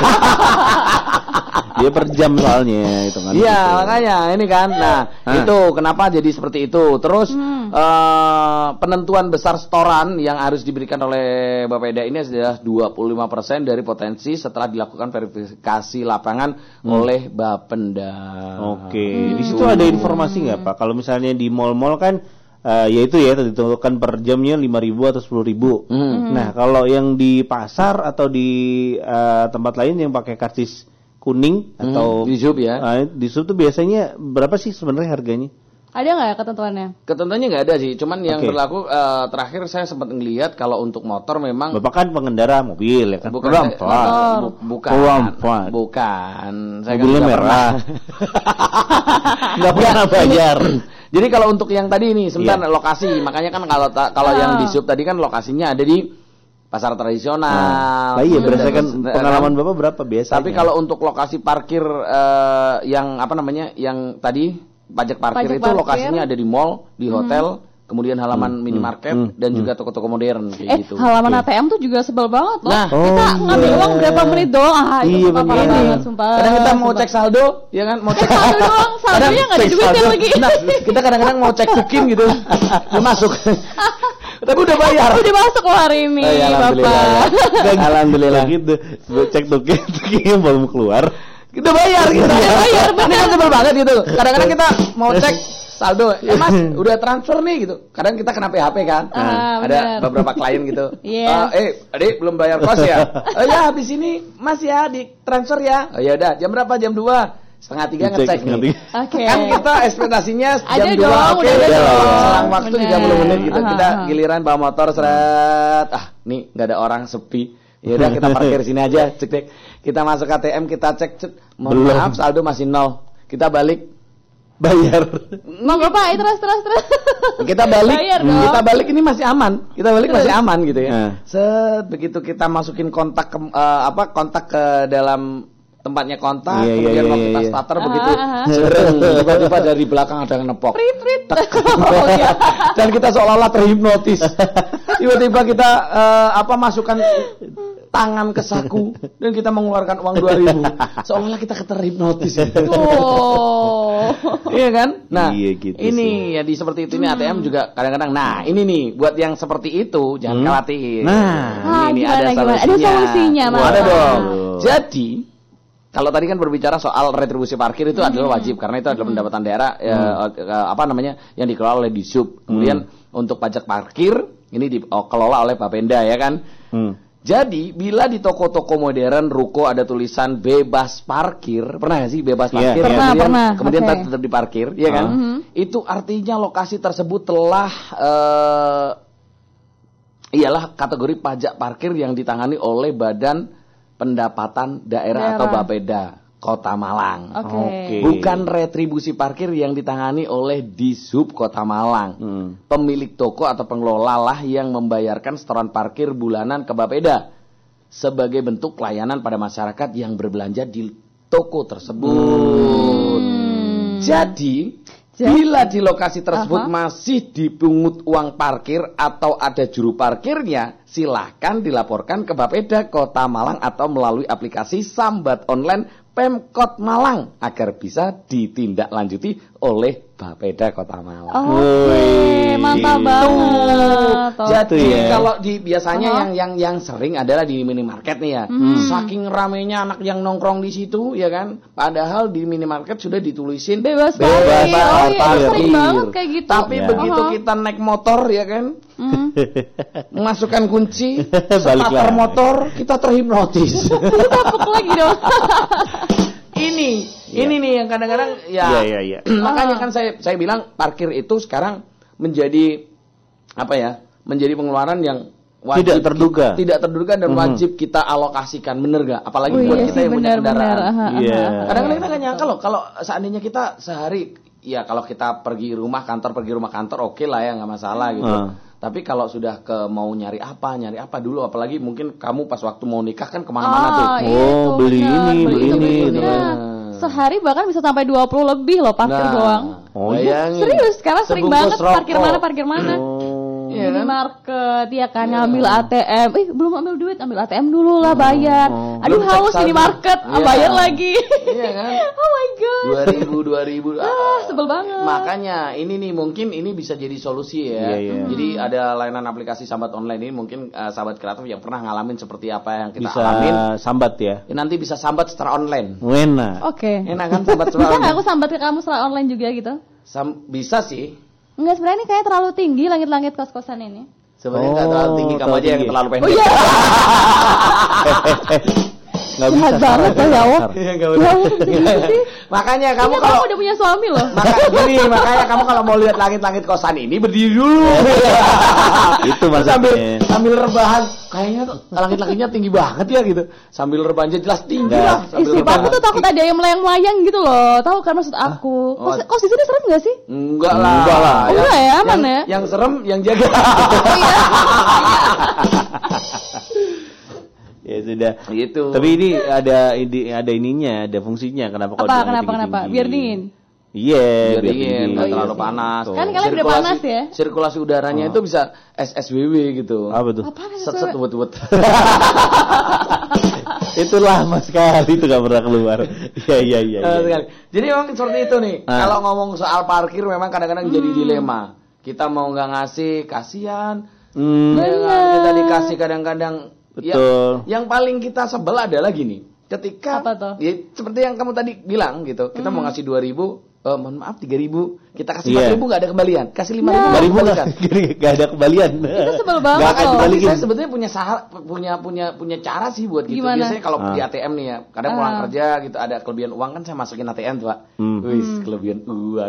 B: Dia per jam soalnya itu kan.
A: Iya,
B: gitu.
A: makanya ini kan. Nah,
B: Hah.
A: itu kenapa jadi seperti itu. Terus
C: Hmm.
A: eh, penentuan besar setoran yang harus diberikan oleh Bapeda ini adalah dua puluh lima persen dari potensi setelah dilakukan verifikasi lapangan oleh Bapenda.
B: Oke, di situ ada informasi nggak Pak? Kalau misalnya di mall-mall kan, eh, ya itu ya ditentukan per jamnya lima ribu atau sepuluh ribu.
A: Hmm.
B: Nah, kalau yang di pasar atau di eh, tempat lain yang pakai karcis kuning atau
A: di sub ya.
B: eh, di sub tuh biasanya berapa sih sebenarnya harganya?
C: Ada nggak ya ketentuannya?
A: Ketentuannya nggak ada sih, cuman yang
B: Oke.
A: berlaku eh, terakhir saya sempat ngelihat kalau untuk motor memang
B: Bapak kan pengendara mobil ya kan?
A: bukan
B: Pelan
A: saya-
B: pelan.
C: Motor.
A: bu- bukan
B: Pelan-pelan.
A: bukan saya kan
B: Mobilnya
A: nggak
B: merah.
A: pernah.
B: Nggak pernah bayar.
A: Jadi kalau untuk yang tadi ini sebentar
B: Iya.
A: lokasi, makanya kan kalau ta- kalau
C: Ah.
A: yang di sub tadi kan lokasinya ada di pasar tradisional.
B: Nah, iya
A: Gitu.
B: berdasarkan
A: Terus,
B: pengalaman
A: kan?
B: Bapak berapa biasanya?
A: Tapi kalau untuk lokasi parkir eh, yang apa namanya, yang tadi pajak parkir
C: Pajak
A: itu
C: parkir.
A: lokasinya ada di mall, di hotel, kemudian halaman minimarket
B: hmm,
A: dan
B: hmm.
A: juga toko-toko modern kayak
C: Eh,
A: gitu.
C: halaman
B: Oke.
C: A T M tuh juga sebel banget loh.
A: Nah,
C: kita
B: oh,
C: ngambil
B: iya.
C: uang berapa menit doang. Ah, itu
B: Iya,
C: sumpah parah
B: bener.
C: banget, sumpah.
A: Kadang kita mau
C: Sumpah.
A: cek saldo, ya kan, mau cek
C: Cek saldo doang, saldonya
A: Kadang
C: nggak ada
A: cek
C: duitnya
A: saldo.
C: lagi.
A: Nah, kita kadang-kadang mau cek tukin gitu, belum masuk. Tapi udah bayar.
C: Udah masuk loh hari ini,
A: Oh, ya, alhamdulillah.
C: Bapak.
B: Nggak
A: Alhamdulillah.
B: gitu. Cek tukin, tukinnya belum keluar.
A: Kita bayar gitu.
C: Udah bayar,
A: Ini kan sebel banget gitu. Kadang-kadang kita mau cek saldo, eh mas udah transfer nih gitu. Kadang kita kena P H P kan.
C: Ah,
A: ada
C: benar.
A: beberapa klien gitu.
C: Yes.
A: "Ah, eh adik belum bayar kos ya? Oh ya habis ini mas ya di transfer ya. Oh ya udah jam berapa? Jam dua setengah tiga
B: Cek,
A: ngecek
B: setengah
A: nih.
B: tiga.
C: Oke.
A: Kan kita ekspektasinya
C: Ada
A: jam dua
C: dong,
A: oke
C: udah ada
A: udah
C: dong.
A: selang waktu
C: Benar.
A: tiga puluh menit gitu.
C: Aha,
A: Kita
C: aha.
A: giliran bawa motor seret. Ah, nih nggak ada orang sepi. Ya udah kita parkir sini aja, cek cek. Kita masuk A T M, kita cek cek. Mohon
B: Belum.
A: maaf saldo masih nol. Kita balik
B: Bayar.
C: Mau Bapak, terus terus terus.
A: kita balik
C: Bayar dong.
A: kita balik ini masih aman kita balik masih aman gitu ya.
B: Nah.
A: Set begitu kita masukin kontak ke eh, apa kontak ke dalam tempatnya kontak,
B: Iya, iya,
A: kemudian
B: iya,
A: mau
B: iya,
A: kita
B: iya.
A: starter
C: Ah,
A: begitu
C: ah.
A: sereng, tiba-tiba dari belakang ada yang nepok
C: Prit prit.
A: Tek.
C: Oh, iya.
A: Dan kita seolah-olah terhipnotis. Tiba-tiba kita eh, apa masukkan tangan ke saku dan kita mengeluarkan uang dua ribu. Seolah-olah kita terhipnotis.
C: Oh.
A: Iya kan? Nah,
B: Iya, gitu
A: ini ya di seperti itu ini A T M juga kadang-kadang. Nah, ini nih buat yang seperti itu jangan
B: Hmm.
A: khawatir.
B: Nah.
C: Ah,
A: ini
C: gimana,
A: ada
C: gimana?
A: solusinya.
C: Ada solusinya, Mas.
A: Ada dong.
B: Waduh.
A: Jadi kalau tadi kan berbicara soal retribusi parkir itu adalah wajib karena itu adalah pendapatan daerah ya, eh, apa namanya yang dikelola oleh Disub. Kemudian untuk pajak parkir ini dikelola oleh Bapenda ya kan.
B: Hmm.
A: Jadi bila di toko-toko modern ruko ada tulisan bebas parkir, pernah nggak sih bebas
B: Iya,
A: parkir?
B: iya.
C: Pernah,
A: kemudian,
C: pernah.
A: Kemudian
C: Oke.
A: tetap diparkir, ya kan?
C: Mhm.
A: Itu artinya lokasi tersebut telah eh, ialah kategori pajak parkir yang ditangani oleh Badan Pendapatan Daerah, atau
C: Daerah.
A: Bapeda Kota Malang.
C: Oke.
B: Oke.
A: Bukan retribusi parkir yang ditangani oleh Disub Kota Malang.
B: Hmm.
A: Pemilik toko atau pengelola lah yang membayarkan setoran parkir bulanan ke Bapeda sebagai bentuk pelayanan pada masyarakat yang berbelanja di toko tersebut.
C: Hmm.
A: Jadi Bila di lokasi tersebut
C: Aha.
A: masih dipungut uang parkir atau ada juru parkirnya, silahkan dilaporkan ke Bapeda Kota Malang atau melalui aplikasi Sambat Online Pemkot Malang agar bisa ditindaklanjuti oleh Bapeda Kota Malang.
C: Oke, okay, mantap
A: Gitu.
C: banget.
A: Jadi
B: Gitu ya.
A: kalau di biasanya
C: Uh-huh.
A: yang yang yang sering adalah di minimarket nih ya.
C: Hmm.
A: Saking ramenya anak yang nongkrong di situ ya kan. Padahal di minimarket sudah ditulisin
C: Bebas
A: bebas
C: parkir. Oh iya,
A: parkir.
C: sering banget kayak gitu.
A: Tapi
B: Ya.
A: begitu
C: Uh-huh.
A: kita naik motor ya kan,
C: Hmm.
A: masukkan kunci,
B: Balik
A: starter
B: lagi.
A: motor, kita terhipnotis.
C: Itu tapuk lagi dong.
A: Ini, ini nih yang kadang-kadang ya.
B: Iya, iya, iya.
A: Makanya kan saya saya bilang parkir itu sekarang menjadi apa ya? Menjadi pengeluaran yang wajib
B: Tidak terduga.
A: ki- tidak terduga dan
B: Mhm.
A: wajib kita alokasikan, bener gak? Apalagi
C: Oh
A: buat
C: iya
A: kita
C: sih,
A: yang punya
C: benar-benar.
A: kendaraan.
C: Aha,
B: Iya.
C: aha.
A: Kadang-kadang kita nggak nyangka loh kalau seandainya kita sehari ya kalau kita pergi rumah kantor pergi rumah kantor oke lah ya nggak masalah gitu.
B: Ah.
A: Tapi kalau sudah ke mau nyari apa nyari apa dulu apalagi mungkin kamu pas waktu mau nikah kan kemana-mana tuh.
C: Ah,
B: Oh,
C: itu
B: beli
C: benar,
B: ini, beli
C: itu,
B: ini,
C: benar.
B: gitu kan.
C: Sehari bahkan bisa sampai dua puluh lebih loh parkir doang.
B: Oh, iya?
A: bayangin.
C: Serius, karena sering
A: Sebungkus
C: banget parkir
A: rokok.
C: mana parkir mana.
B: Oh.
A: Iya kan?
C: Minimarket, ya kan ngambil A T M. Eh, belum ambil duit, ambil A T M dulu lah bayar.
B: Oh.
C: Aduh,
A: Belum cek
C: haus
A: saldo.
C: minimarket, ah,
A: Iya.
C: bayar lagi.
A: Iya kan?
C: Oh my god.
A: dua ribu dua ribu
C: Ah, sebel banget.
A: Makanya ini nih mungkin ini bisa jadi solusi ya.
B: Iya, iya.
A: Jadi ada layanan aplikasi Sambat Online ini mungkin uh, sahabat kreatif yang pernah ngalamin seperti apa yang kita
B: Bisa
A: alamin
B: sambat ya.
A: ya, nanti bisa sambat secara online.
B: Wena.
C: Oke.
A: Enak kan sambat secara
C: Bisa nggak
A: online?
C: aku sambat ke kamu secara online juga gitu?
A: Sam- bisa sih.
C: Enggak, sebenarnya ini kayak terlalu tinggi langit-langit kos-kosan ini.
A: Sebenarnya nggak
B: Oh,
A: terlalu tinggi, kamu
B: terlalu
A: aja yang
B: tinggi.
A: terlalu pendek.
C: Oh iya,
B: Nggak
C: jahat
B: bisa
C: banget
B: salah
C: ya, Wak.
B: dasar.
A: Iya, nggak
C: Ya,
A: boleh.
C: Allah, bisa gitu sih.
A: Makanya
C: Kamu
A: kamu
C: kamu
A: kalau
C: udah punya suami loh.
A: maka gini, makanya kamu kalau mau lihat langit-langit kosan ini berdiri dulu.
B: Itu
A: sambil
B: maksudnya.
A: sambil rebahan. Kayaknya tuh langit-langitnya tinggi banget ya gitu. Sambil rebahan jelas tinggi
B: Nggak.
A: lah.
C: Eh,
A: Sambil
C: sumpah aku tuh takut ada yang melayang-melayang gitu loh. Tahu kan maksud aku?
A: Oh.
C: Kos, kos di sini serem gak sih?
A: Enggak lah.
B: Enggak lah.
C: Oh, enggak ya, aman
A: yang,
C: ya?
A: Yang serem yang jaga.
B: Ya sudah.
A: Gitu.
B: Tapi ini ada ini ada ininya, ada fungsinya. Kenapa kalau
C: Apa,
B: jangan
C: kenapa,
B: tinggi-tinggi?
C: kenapa? Biar dingin.
B: Iya,
A: biar dingin, nggak
C: Oh, iya
A: terlalu
C: sih.
A: panas.
B: Kan
C: kalian udah
A: Sirkulasi-
C: panas ya?
A: Sirkulasi udaranya itu bisa S S W W gitu.
B: Apa tuh?
C: Apaan ya,
A: Set
C: cewek?
A: set wet wet.
B: Itu lama sekali itu gak pernah keluar. Iya iya iya.
A: Eh,
B: iya.
A: sekali. Jadi memang seperti itu nih.
B: Ah.
A: Kalau ngomong soal parkir memang kadang-kadang jadi
C: Hmm.
A: dilema. Kita mau nggak ngasih, kasihan.
B: Hmm,
A: Ya kan? Kita dikasih kadang-kadang. Ya,
B: Betul.
A: yang paling kita sebel adalah gini. Ketika
C: Apa tuh?
A: ya, seperti yang kamu tadi bilang gitu. Kita mau ngasih dua ribu, eh, mohon maaf tiga ribu. Kita kasih
B: Iya.
A: empat ribu nggak ada kembalian. Kasih lima ribu
C: Nah.
B: Nggak
A: nggak
B: ribu
A: dikembalikan.
B: nggak gak ada kembalian.
C: Itu sebel banget
B: Nggak akan
C: loh.
A: Tapi
B: dibalikin.
A: saya sebetulnya punya sahar, punya punya punya cara sih buat gitu.
C: Gimana?
A: Biasanya kalau
B: Ah.
A: di A T M nih ya, kadang pulang
C: Ah.
A: kerja gitu ada kelebihan uang kan saya masukin A T M tuh, Pak.
B: Hmm.
A: Wis, kelebihan uang.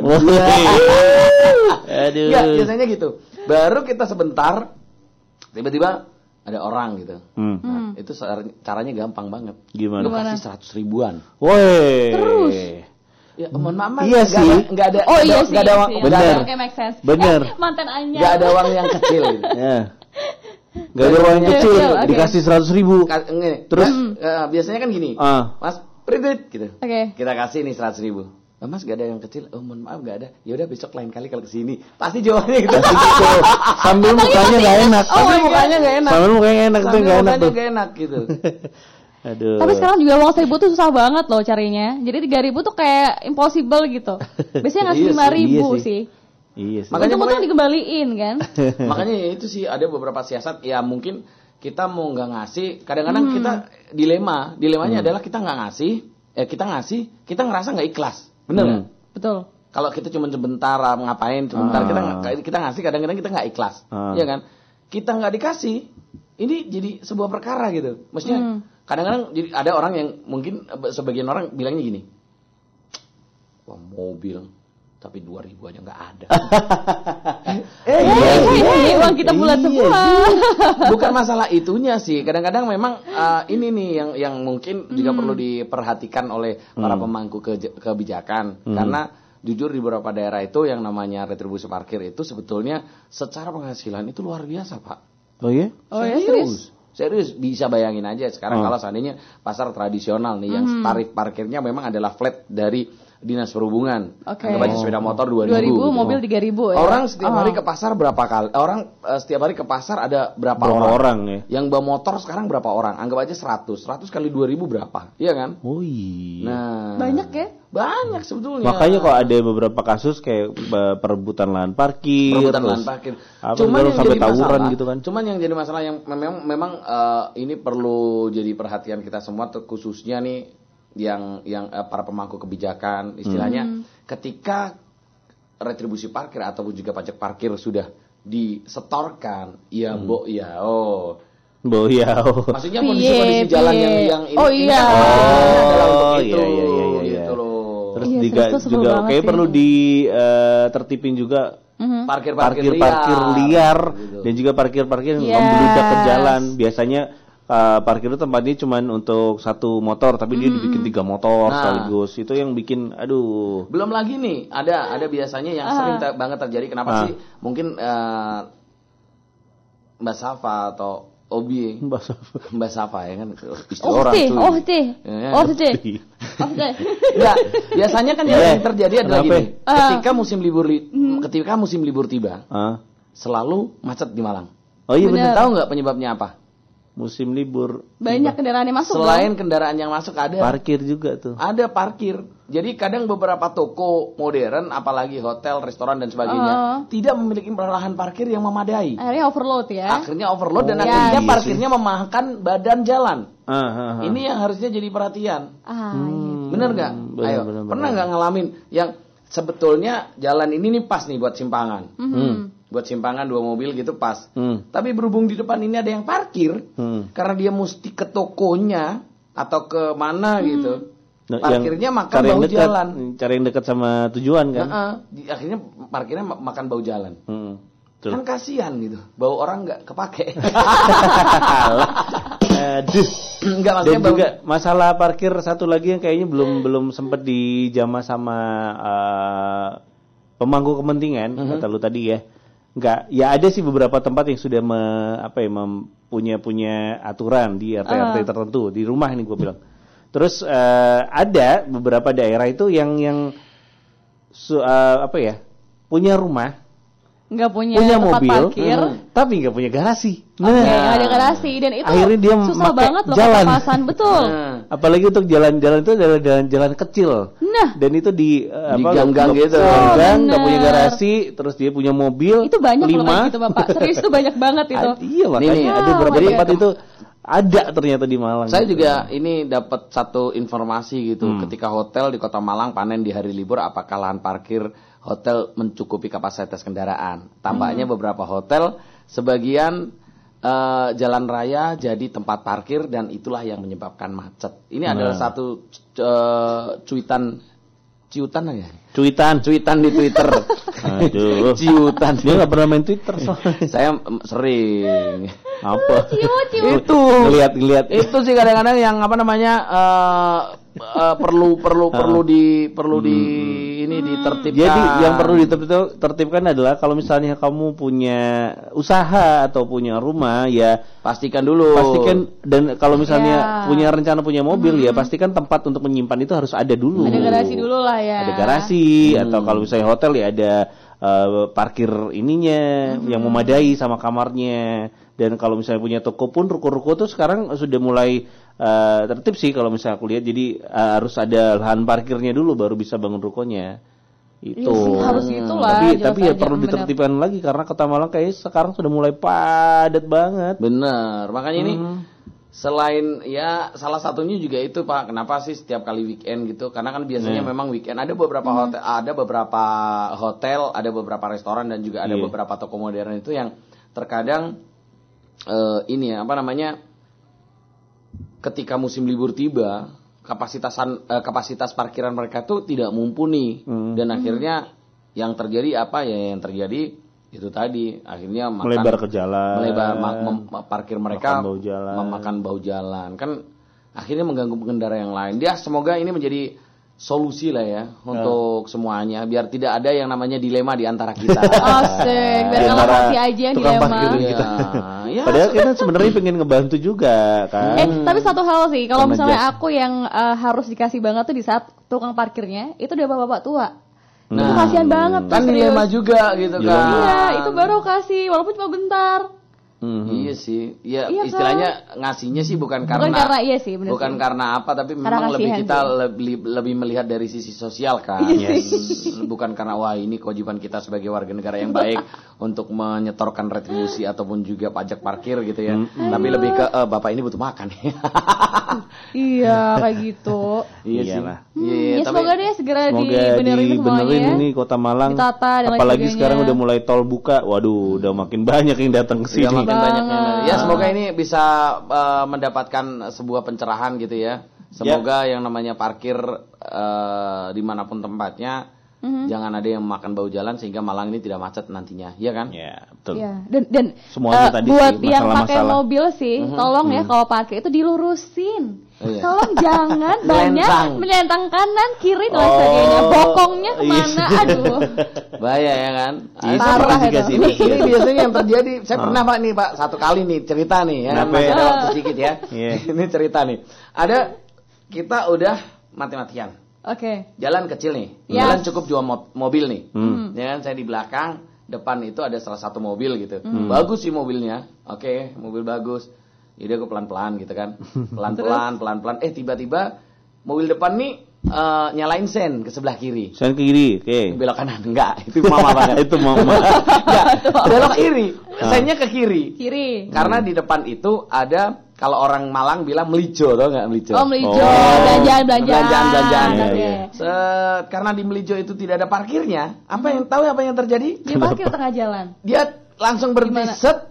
B: Aduh.
A: Ya, biasanya gitu. Baru kita sebentar tiba-tiba ada orang gitu.
B: Hmm.
A: Nah, itu sar- caranya gampang banget.
B: Gimana?
A: Lu
C: Gimana?
A: kasih seratus ribuan.
B: Woi.
C: Terus?
A: Ya, mohon maaf, Mas,
B: Iya
A: nggak
B: sih.
A: ada- nggak ada,
C: Oh
A: nggak
C: iya
A: ada,
C: sih.
A: nggak ada
C: iya
A: uang,
C: sih.
A: nggak ada,
B: Bener.
C: Oke, make sense.
B: Bener.
C: Eh, mantan Anya.
A: nggak ada uang yang kecil. Gitu.
B: Ya. Gak ada uang yang
C: Kecil,
B: kecil,
C: oke.
B: dikasih seratus ribu.
A: Ka- nge,
B: Terus?
A: ya, eh, biasanya kan gini,
B: Ah.
A: Mas, kredit gitu.
C: Oke.
A: Kita kasih nih seratus ribu. Oh, Mas gak ada yang kecil. Oh mohon maaf gak ada. Ya udah besok lain kali kalau kesini. Pasti jawabannya gitu.
B: Gitu. Sambil mukanya gak enak.
C: Oh
A: Tapi
C: my God.
A: mukanya gak enak.
B: Sambil mukanya enak tuh
A: Sambil
B: gak enak
A: mukanya
B: tuh.
A: gak enak gitu.
B: Aduh.
C: Tapi sekarang juga uang seribu tuh susah banget loh carinya. Jadi tiga ribu tuh kayak impossible gitu. Biasanya ngasih
A: Iya
C: lima
A: sih,
C: ribu
B: iya sih.
C: sih.
B: Iya sih.
A: Makanya-
C: Untung-untung dikembaliin kan.
A: Makanya ya itu sih ada beberapa siasat. Ya mungkin kita mau nggak ngasih. Kadang-kadang kita dilema. Dilemanya adalah kita nggak ngasih. Eh kita ngasih. Kita ngerasa nggak ikhlas. Bener nggak?
B: Hmm.
C: Betul.
A: Kalau kita cuma sebentar ah, ngapain sebentar
B: Ah.
A: kita nggak- kita ngasih kadang-kadang kita nggak ikhlas,
B: Ah.
A: ya kan? Kita nggak dikasih, ini jadi sebuah perkara gitu. Maksudnya
C: Hmm.
A: kadang-kadang jadi ada orang yang mungkin eh, sebagian orang bilangnya gini, wah mobil tapi dua ribu aja nggak ada.
C: Eh, ini uang kita bulat
B: Iya
C: semua.
A: Bukan masalah itunya sih. Kadang-kadang memang uh, ini nih yang yang mungkin juga perlu diperhatikan oleh para pemangku ke- kebijakan. Karena jujur di beberapa daerah itu yang namanya retribusi parkir itu sebetulnya secara penghasilan itu luar biasa, Pak.
B: Oh iya?
C: Oh ya, serius?
A: Serius, bisa bayangin aja sekarang
B: Hmm.
A: kalau seandainya pasar tradisional nih yang tarif parkirnya memang adalah flat dari Dinas Perhubungan.
C: Oke.
A: Anggap aja sepeda motor dua ribu.
C: dua ribu,
A: gitu.
C: mobil tiga ribu ya.
A: Orang setiap
C: Oh.
A: hari ke pasar berapa kali? Orang uh, setiap hari ke pasar ada berapa,
B: Berapa
A: orang?
B: orang ya?
A: Yang bawa motor sekarang berapa orang? Anggap aja seratus. seratus kali dua ribu berapa? Iya kan?
B: Oh iya.
A: Nah,
C: Banyak ya?
A: banyak sebetulnya.
B: Makanya kok ada beberapa kasus kayak eh, perebutan lahan parkir,
A: perebutan
B: terus
A: lahan parkir.
B: apa,
A: Cuman
B: baru
A: yang
B: sampai
A: jadi
B: tawuran
A: masalah,
B: gitu kan.
A: Cuman yang jadi masalah yang memang memang uh, ini perlu jadi perhatian kita semua, khususnya nih yang yang uh, para pemangku kebijakan, istilahnya hmm. ketika retribusi parkir ataupun juga pajak parkir sudah disetorkan, ya
B: hmm.
A: bo ya oh.
B: Bo ya. Oh.
A: Maksudnya kondisi-kondisi jalan yang yang ini,
C: oh,
A: ini
C: iya.
A: kan
B: Oh,
A: adalah untuk
B: iya,
A: itu,
B: iya, iya, iya,
A: gitu
B: iya.
A: loh.
B: Terus
C: Iya,
B: juga
C: terus tuh sebel
B: juga
C: banget
B: kayak
C: sih.
B: perlu di eh, tertipin juga
C: Mhm.
A: Parkir-parkir
B: parkir-parkir
A: liar,
B: liar
A: gitu.
B: dan juga parkir-parkir yang
C: Yes.
B: membeludak ke jalan. Biasanya uh, parkir itu tempatnya cuma untuk satu motor, tapi dia dibikin tiga motor
A: Nah.
B: sekaligus. Itu yang bikin, aduh.
A: Belum lagi nih, ada ada biasanya yang
C: Ah.
A: sering ta- banget terjadi. Kenapa
B: Ah.
A: sih? Mungkin eh, Mbak Safa atau Obi, Mbak Safa ya kan istri
C: Oh,
A: orang
C: teh,
A: tuh.
C: oh, teh.
A: Ya.
C: Oh, teh. Oh, teh.
A: Enggak, biasanya kan yang
B: Eh,
A: sering terjadi adalah
B: kenapa?
A: gini. Ketika musim libur li- ketika musim libur tiba,
B: Ah.
A: selalu macet di Malang.
B: Oh iya
C: Bener.
B: benar.
A: Tahu nggak penyebabnya apa?
B: Musim libur
C: Banyak kendaraan yang masuk.
A: Selain
C: dong.
A: kendaraan yang masuk ada
B: parkir juga tuh.
A: ada parkir. Jadi kadang beberapa toko modern, apalagi hotel, restoran dan sebagainya,
C: Oh.
A: tidak memiliki lahan parkir yang memadai.
C: Akhirnya overload ya.
A: Akhirnya overload dan
C: Oh,
A: akhirnya
C: iya
A: parkirnya memakan badan jalan.
B: Ah, ah, ah.
A: Ini yang harusnya jadi perhatian.
C: Ah,
B: Hmm,
A: Bener nggak?
B: bener,
A: Ayo,
B: bener,
A: pernah
B: bener.
A: nggak ngalamin yang sebetulnya jalan ini nih pas nih buat simpangan,
C: iya. Mhm.
A: buat simpangan dua mobil gitu pas.
B: Hmm.
A: Tapi berhubung di depan ini ada yang parkir,
B: Hmm.
A: karena dia mesti ke tokonya atau ke mana gitu.
B: Nah,
A: Parkirnya
B: yang
A: makan
B: cari yang
A: bau
B: dekat,
A: jalan.
B: cari yang dekat sama tujuan kan.
A: Heeh, di- akhirnya parkirnya ma- makan bau jalan.
B: Hmm. Betul.
A: Kan kasihan gitu, bau orang nggak kepake.
B: Aduh.
A: Enggak
B: Dan
A: maksudnya bau.
B: juga masalah parkir satu lagi yang kayaknya belum belum sempat dijamah sama uh, pemangku kepentingan kata lu tadi ya. Enggak, ya ada sih beberapa tempat yang sudah me, apa ya mempunyai punya aturan di R T R T tertentu di rumah ini gue bilang. Terus uh, ada beberapa daerah itu yang yang su, uh, apa ya punya rumah,
C: Nggak punya,
B: punya
C: tempat
B: mobil,
C: parkir.
B: hmm, tapi nggak punya garasi.
C: Oke, nggak ada garasi dan itu
B: akhirnya dia
C: susah
B: pakai
C: banget loh
B: jalan.
C: papasan, betul.
A: Nah,
B: Apalagi untuk jalan-jalan itu adalah jalan-jalan kecil.
C: Nah,
B: Dan itu di eh,
A: Di
B: apa,
A: gang-gang
B: blok-
A: gitu.
B: gang, nggak
C: Oh,
B: punya
C: bener.
B: garasi, terus dia punya mobil.
C: itu banyak loh
B: lima.
C: kayak gitu Bapak. Serius itu banyak banget itu.
B: Ah, iya makanya
A: Nih, nih,
B: ada beberapa
C: jadi-
B: tempat itu ada ternyata di Malang.
A: saya
B: gitu.
A: juga ini dapat satu informasi gitu.
B: Hmm.
A: Ketika hotel di Kota Malang panen di hari libur, apakah lahan parkir hotel mencukupi kapasitas kendaraan? Tampaknya beberapa hotel sebagian eh, jalan raya jadi tempat parkir dan itulah yang menyebabkan macet. Ini adalah
B: Nah.
A: satu eh, cuitan ciutan ya.
B: Cuitan.
A: Cuitan di Twitter.
B: Aduh.
A: Ciutan.
B: Dia nggak pernah main Twitter soalnya.
A: Saya mm, sering.
B: Apa?
C: Ciu, ciu.
A: Itu
B: Ngeliat-ngeliat.
A: itu sih kadang-kadang yang apa namanya eh, eh, perlu perlu perlu di perlu di ini ditertibkan.
B: Jadi yang perlu ditertib- ditertibkan adalah kalau misalnya kamu punya usaha atau punya rumah ya
A: pastikan dulu.
B: pastikan, dan kalau misalnya
C: Ya.
B: punya rencana punya mobil ya pastikan tempat untuk menyimpan itu harus ada dulu.
C: Ada garasi dulu lah ya.
B: Ada garasi atau kalau misalnya hotel ya ada eh, parkir ininya yang memadai sama kamarnya. Dan kalau misalnya punya toko pun ruko-ruko tuh sekarang sudah mulai eh, tertib sih kalau misalnya aku lihat. Jadi eh, harus ada lahan parkirnya dulu baru bisa bangun rukonya. Itu.
C: Iya sih, harus gitulah,
B: Tapi
C: jelas
B: tapi ya
C: aja,
B: perlu
C: benar.
B: ditertibkan lagi karena Kota Malang kayaknya sekarang sudah mulai padat banget.
A: Bener. Makanya ini
B: Hmm.
A: selain ya salah satunya juga itu Pak. Kenapa sih setiap kali weekend gitu? Karena kan biasanya
B: Iya.
A: memang weekend ada beberapa hotel, ada beberapa hotel, ada beberapa restoran dan juga ada
B: Iya.
A: beberapa toko modern itu yang terkadang eh, ini ya apa namanya? Ketika musim libur tiba, kapasitasan eh, kapasitas parkiran mereka tuh tidak mumpuni
B: Hmm.
A: dan akhirnya yang terjadi apa ya? Yang terjadi itu tadi akhirnya makan,
B: Melebar ke jalan.
A: melebar ma- mem- parkir mereka
B: Makan bau jalan.
A: memakan bau jalan kan akhirnya mengganggu pengendara yang lain. Dia semoga ini menjadi solusi lah ya untuk semuanya biar tidak ada yang namanya dilema di antara kita.
C: Asik, biar kalau kasih aja yang
B: tukang
C: dilema.
B: parkir
A: Iya.
B: kita.
A: Ya,
B: Padahal kita sebenarnya pengen ngebantu juga kan.
C: Eh, tapi satu hal sih, kalau
B: Sama
C: misalnya
B: jas.
C: aku yang uh, harus dikasih banget tuh di saat tukang parkirnya, itu udah bapak-bapak tua. Itu
A: Nah,
C: kasihan banget tuh,
A: kan
C: serius.
A: dilema juga gitu
B: Dilema.
A: kan.
C: Iya, itu baru kasih, walaupun cuma bentar.
B: Mhm.
A: Iya sih, ya
C: Iya kan?
A: istilahnya ngasihnya sih bukan karena
C: Bukan karena iya sih, bener
A: bukan
C: sih.
A: karena apa, tapi
C: Karena
A: memang lebih
C: kasihan
A: kita
C: sih.
A: lebih lebih melihat dari sisi sosial kan.
C: Iya
A: Yes. Bukan karena wah ini kewajiban kita sebagai warga negara yang baik untuk menyetorkan retribusi ataupun juga pajak parkir gitu ya. Tapi lebih ke eh, bapak ini butuh makan.
C: Iya, kayak gitu.
A: Iya sih.
B: Iyalah.
C: Hmm,
A: Iya, iya,
C: ya
A: tapi
C: semoga deh segera
B: Semoga
C: dibenerin semuanya.
B: dibenerin ini Kota Malang.
C: Ditata dan lain
B: Apalagi
C: sebagainya.
B: sekarang udah mulai tol buka. Waduh, udah makin banyak yang datang ke
A: Iya,
B: sini.
A: makin banyak yang
C: Banget.
A: ya semoga ini bisa eh, mendapatkan sebuah pencerahan gitu ya. Semoga yang namanya parkir eh, dimanapun tempatnya
C: Mhm.
A: jangan ada yang makan bau jalan sehingga Malang ini tidak macet nantinya, iya kan?
B: Ya, betul.
C: Iya, dan dan
B: Semuanya
C: eh,
B: tadi
C: buat
B: sih,
C: yang pakai
B: masalah-masalah.
C: mobil sih, tolong ya kalau parkir itu dilurusin.
A: Oh, iya.
C: Tolong jangan banyak
A: Melentang.
C: melentang kanan, kiri dan lain
B: Oh,
C: sebagainya. Bokongnya
B: iya.
C: kemana? Aduh.
A: Bahaya ya kan?
B: Iya,
A: Ah,
C: parah
A: ini,
C: itu.
A: ini, ini biasanya yang terjadi. Saya pernah Pak nih Pak satu kali nih cerita nih ya, kan?
B: Kenapa
A: Masih
B: ya?
A: ada waktu sedikit ya.
B: Iya.
A: Ini cerita nih. Ada kita udah mati-matian.
C: Oke.
A: Jalan kecil nih,
C: Yes.
A: jalan cukup dua mo- mobil nih,
B: Hmm.
A: ya kan? Saya di belakang, depan itu ada salah satu mobil gitu, bagus sih mobilnya, oke, mobil bagus, jadi aku pelan-pelan gitu kan, pelan-pelan, pelan-pelan, eh tiba-tiba mobil depan nih eh, nyalain sen ke sebelah kiri,
B: Sen ke kiri, oke.
A: belok kanan, enggak, itu mama banget,
B: Itu mama.
A: enggak, belok kiri, sennya ke kiri,
C: Kiri.
A: karena di depan itu ada kalau orang Malang bilang melijo, tau nggak melijo?
C: Oh, melijo,
B: Oh.
C: belanjaan, belanjaan.
A: Belanjaan, belanjaan.
B: Iya,
C: Oke.
B: iya.
A: Set, karena di Melijo itu tidak ada parkirnya, apa yang tahu apa yang terjadi?
C: Dia parkir tengah jalan.
A: Dia langsung berhenti,
C: Gimana?
A: set,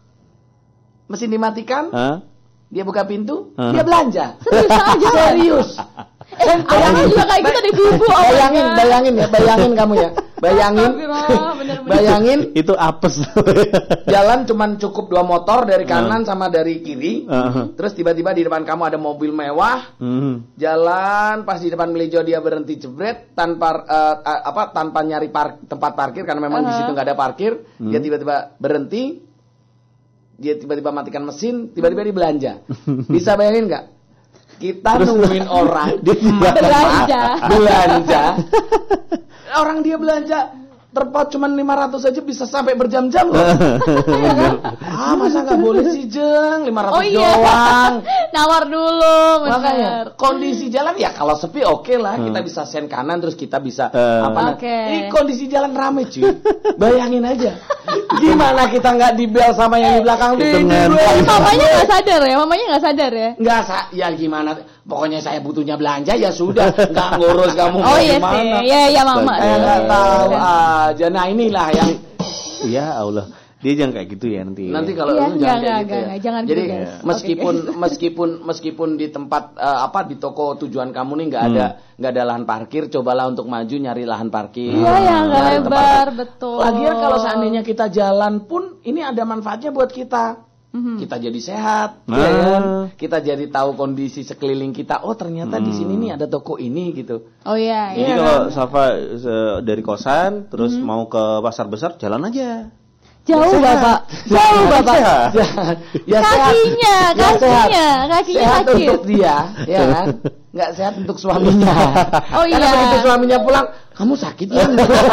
A: mesin dimatikan,
B: Hah?
A: dia buka pintu,
B: Hah?
A: dia belanja.
C: Serius aja.
A: Serius.
C: Eh, ayahnya juga kayak gitu di Bibu. Oh my
A: Bayangin,
C: God.
A: bayangin ya, bayangin kamu ya, bayangin,
C: Astagfirullah, bener-bener.
A: bayangin
B: Itu apes.
A: jalan cuman cukup dua motor dari kanan sama dari kiri,
B: Heeh.
A: terus tiba-tiba di depan kamu ada mobil mewah.
B: Hmm.
A: Jalan pas di depan Melijo dia berhenti jebret tanpa eh, eh, apa tanpa nyari par- tempat parkir karena memang di situ nggak ada parkir, dia tiba-tiba berhenti, dia tiba-tiba matikan mesin, tiba-tiba dia belanja. Bisa bayangin nggak? Kita nungguin orang
B: Dia
A: emak
C: belanja.
A: emak belanja. Orang dia belanja terpaut cuma lima ratus aja bisa sampai berjam-jam loh. Iya kan? Ah, masa nggak boleh sih, Jeng? lima ratus
C: Oh iya.
A: doang.
C: Nawar dulu, bener.
A: Makanya kondisi jalan ya kalau sepi oke lah, kita bisa sen kanan terus kita bisa
B: Eh.
A: apa nah.
C: Oke.
A: Ini kondisi jalan rame cuy. Bayangin aja. Gimana kita nggak dibel sama yang di belakang
B: Itu
A: Di- di-
B: ngantuk.
C: Eh, mamanya nggak sadar ya, mamanya nggak sadar ya.
A: Nggak sa ya gimana? Pokoknya saya butuhnya belanja ya sudah, nggak ngurus kamu
C: Oh
A: mau
C: iya
A: gimana.
C: sih, ya ya mama.
A: Saya nggak tahu aja. Nah inilah yang
B: Ya Allah. Dia jangan kayak gitu ya nanti.
A: nanti kalau
C: Iya,
A: lu
C: enggak,
A: jangan kayak
C: enggak,
A: gitu ya.
C: enggak, jangan
A: Jadi
C: gitu, guys.
A: meskipun meskipun meskipun di tempat eh, apa di toko tujuan kamu nih nggak ada nggak ada lahan parkir, cobalah untuk maju nyari lahan parkir.
C: Iya, yang nggak
A: Nyari
C: lebar,
A: tempat-
C: betul.
A: Lagian kalau seandainya kita jalan pun ini ada manfaatnya buat kita.
C: Mhm.
A: Kita jadi sehat,
B: Nah.
A: ya kan? Kita jadi tahu kondisi sekeliling kita. Oh ternyata di sini nih ada toko ini gitu.
C: Oh iya,
B: Jadi
C: iya.
B: kalau Safa se- dari kosan terus mau ke pasar besar jalan aja.
C: Jauh bapak, jauh bapak.
B: Sehat.
A: Ya sehat.
C: Kakinya,
A: Ya, sehat.
C: kakinya, kakinya
A: Sehat
C: sakit.
A: untuk dia, ya kan? Nggak sehat untuk suaminya.
C: Oh
A: Karena
C: iya.
A: begitu suaminya pulang, kamu sakit ya?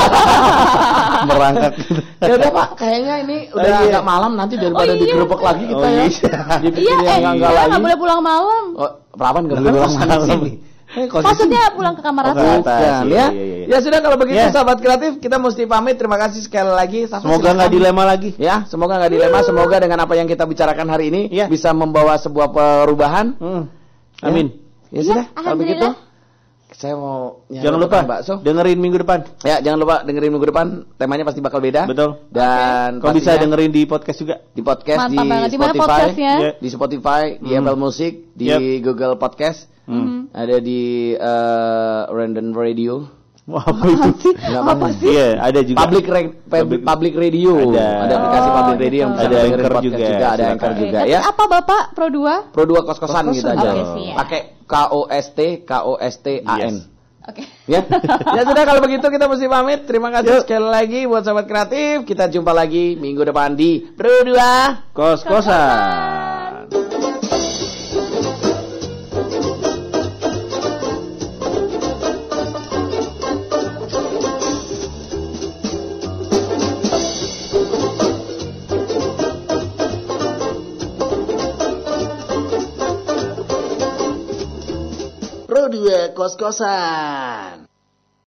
B: Merangkak.
A: Ya udah Pak, kayaknya ini udah
B: Oh, iya.
A: agak malam nanti daripada
C: Oh, iya.
A: digerebek lagi kita
B: Oh,
A: ya.
B: iya.
A: Dipikir
C: Iya,
A: yang
C: eh,
A: enggak
C: saya
A: lagi.
C: nggak boleh pulang malam.
A: Oh, perawan nggak
B: Kan
A: boleh pulang
B: kosan
A: malam.
B: sini. Eh, kosan
C: Maksudnya pulang ke kamar
B: Oh,
C: atas.
B: ke atas.
A: Bukan,
B: Iya,
A: ya.
B: iya, iya.
A: Ya sudah kalau begitu
B: Ya.
A: sahabat kreatif, kita mesti pamit. Terima kasih sekali lagi. Safa,
B: Semoga nggak
A: silakan.
B: dilema lagi.
A: Ya, semoga nggak dilema. Semoga dengan apa yang kita bicarakan hari ini
B: Ya.
A: bisa membawa sebuah perubahan.
B: Hmm.
A: Ya.
B: Amin.
A: Ya, sudah, kalau
C: alhamdulillah.
A: begitu saya mau nyari
B: Jangan lupa
A: makan bakso.
B: dengerin minggu depan.
A: Ya, jangan lupa dengerin minggu depan. Temanya pasti bakal beda.
B: Betul.
A: Dan
B: Kau bisa
A: pastinya
B: dengerin di podcast juga.
A: di podcast
C: Mantap
A: di
C: banget. Di mana
A: Spotify,
C: podcastnya?
B: Ya.
A: di Spotify, di
B: Hmm.
A: Apple Music, di
B: Yep.
A: Google Podcast,
C: Mhm.
A: ada di eh, Random Radio.
B: Wah, apa itu?
A: Nggak
C: Apa
A: apa.
C: sih?
B: Iya, ada juga.
A: Public, ra- public, public radio,
B: Ada.
A: ada aplikasi
C: Oh,
A: public radio yang
C: gitu.
A: bisa
B: Ada
A: dengerin
B: Anchor
A: podcast
B: juga,
A: juga, ada
B: silakan.
A: anchor
C: Oke,
A: juga
C: tapi
A: ya.
C: apa bapak Pro dua?
A: Pro dua kos-kosan gitu
B: Kos-kosan.
A: aja.
C: Oke, siap.
A: Pakai K O S T K O S T A N.
B: Yes.
C: Oke.
A: Ya, ya sudah kalau begitu kita mesti pamit. Terima kasih
B: Yuk.
A: sekali lagi buat sahabat kreatif. Kita jumpa lagi minggu depan di Berdua
B: Kos-kosan.
A: Berdua Kos-kosan.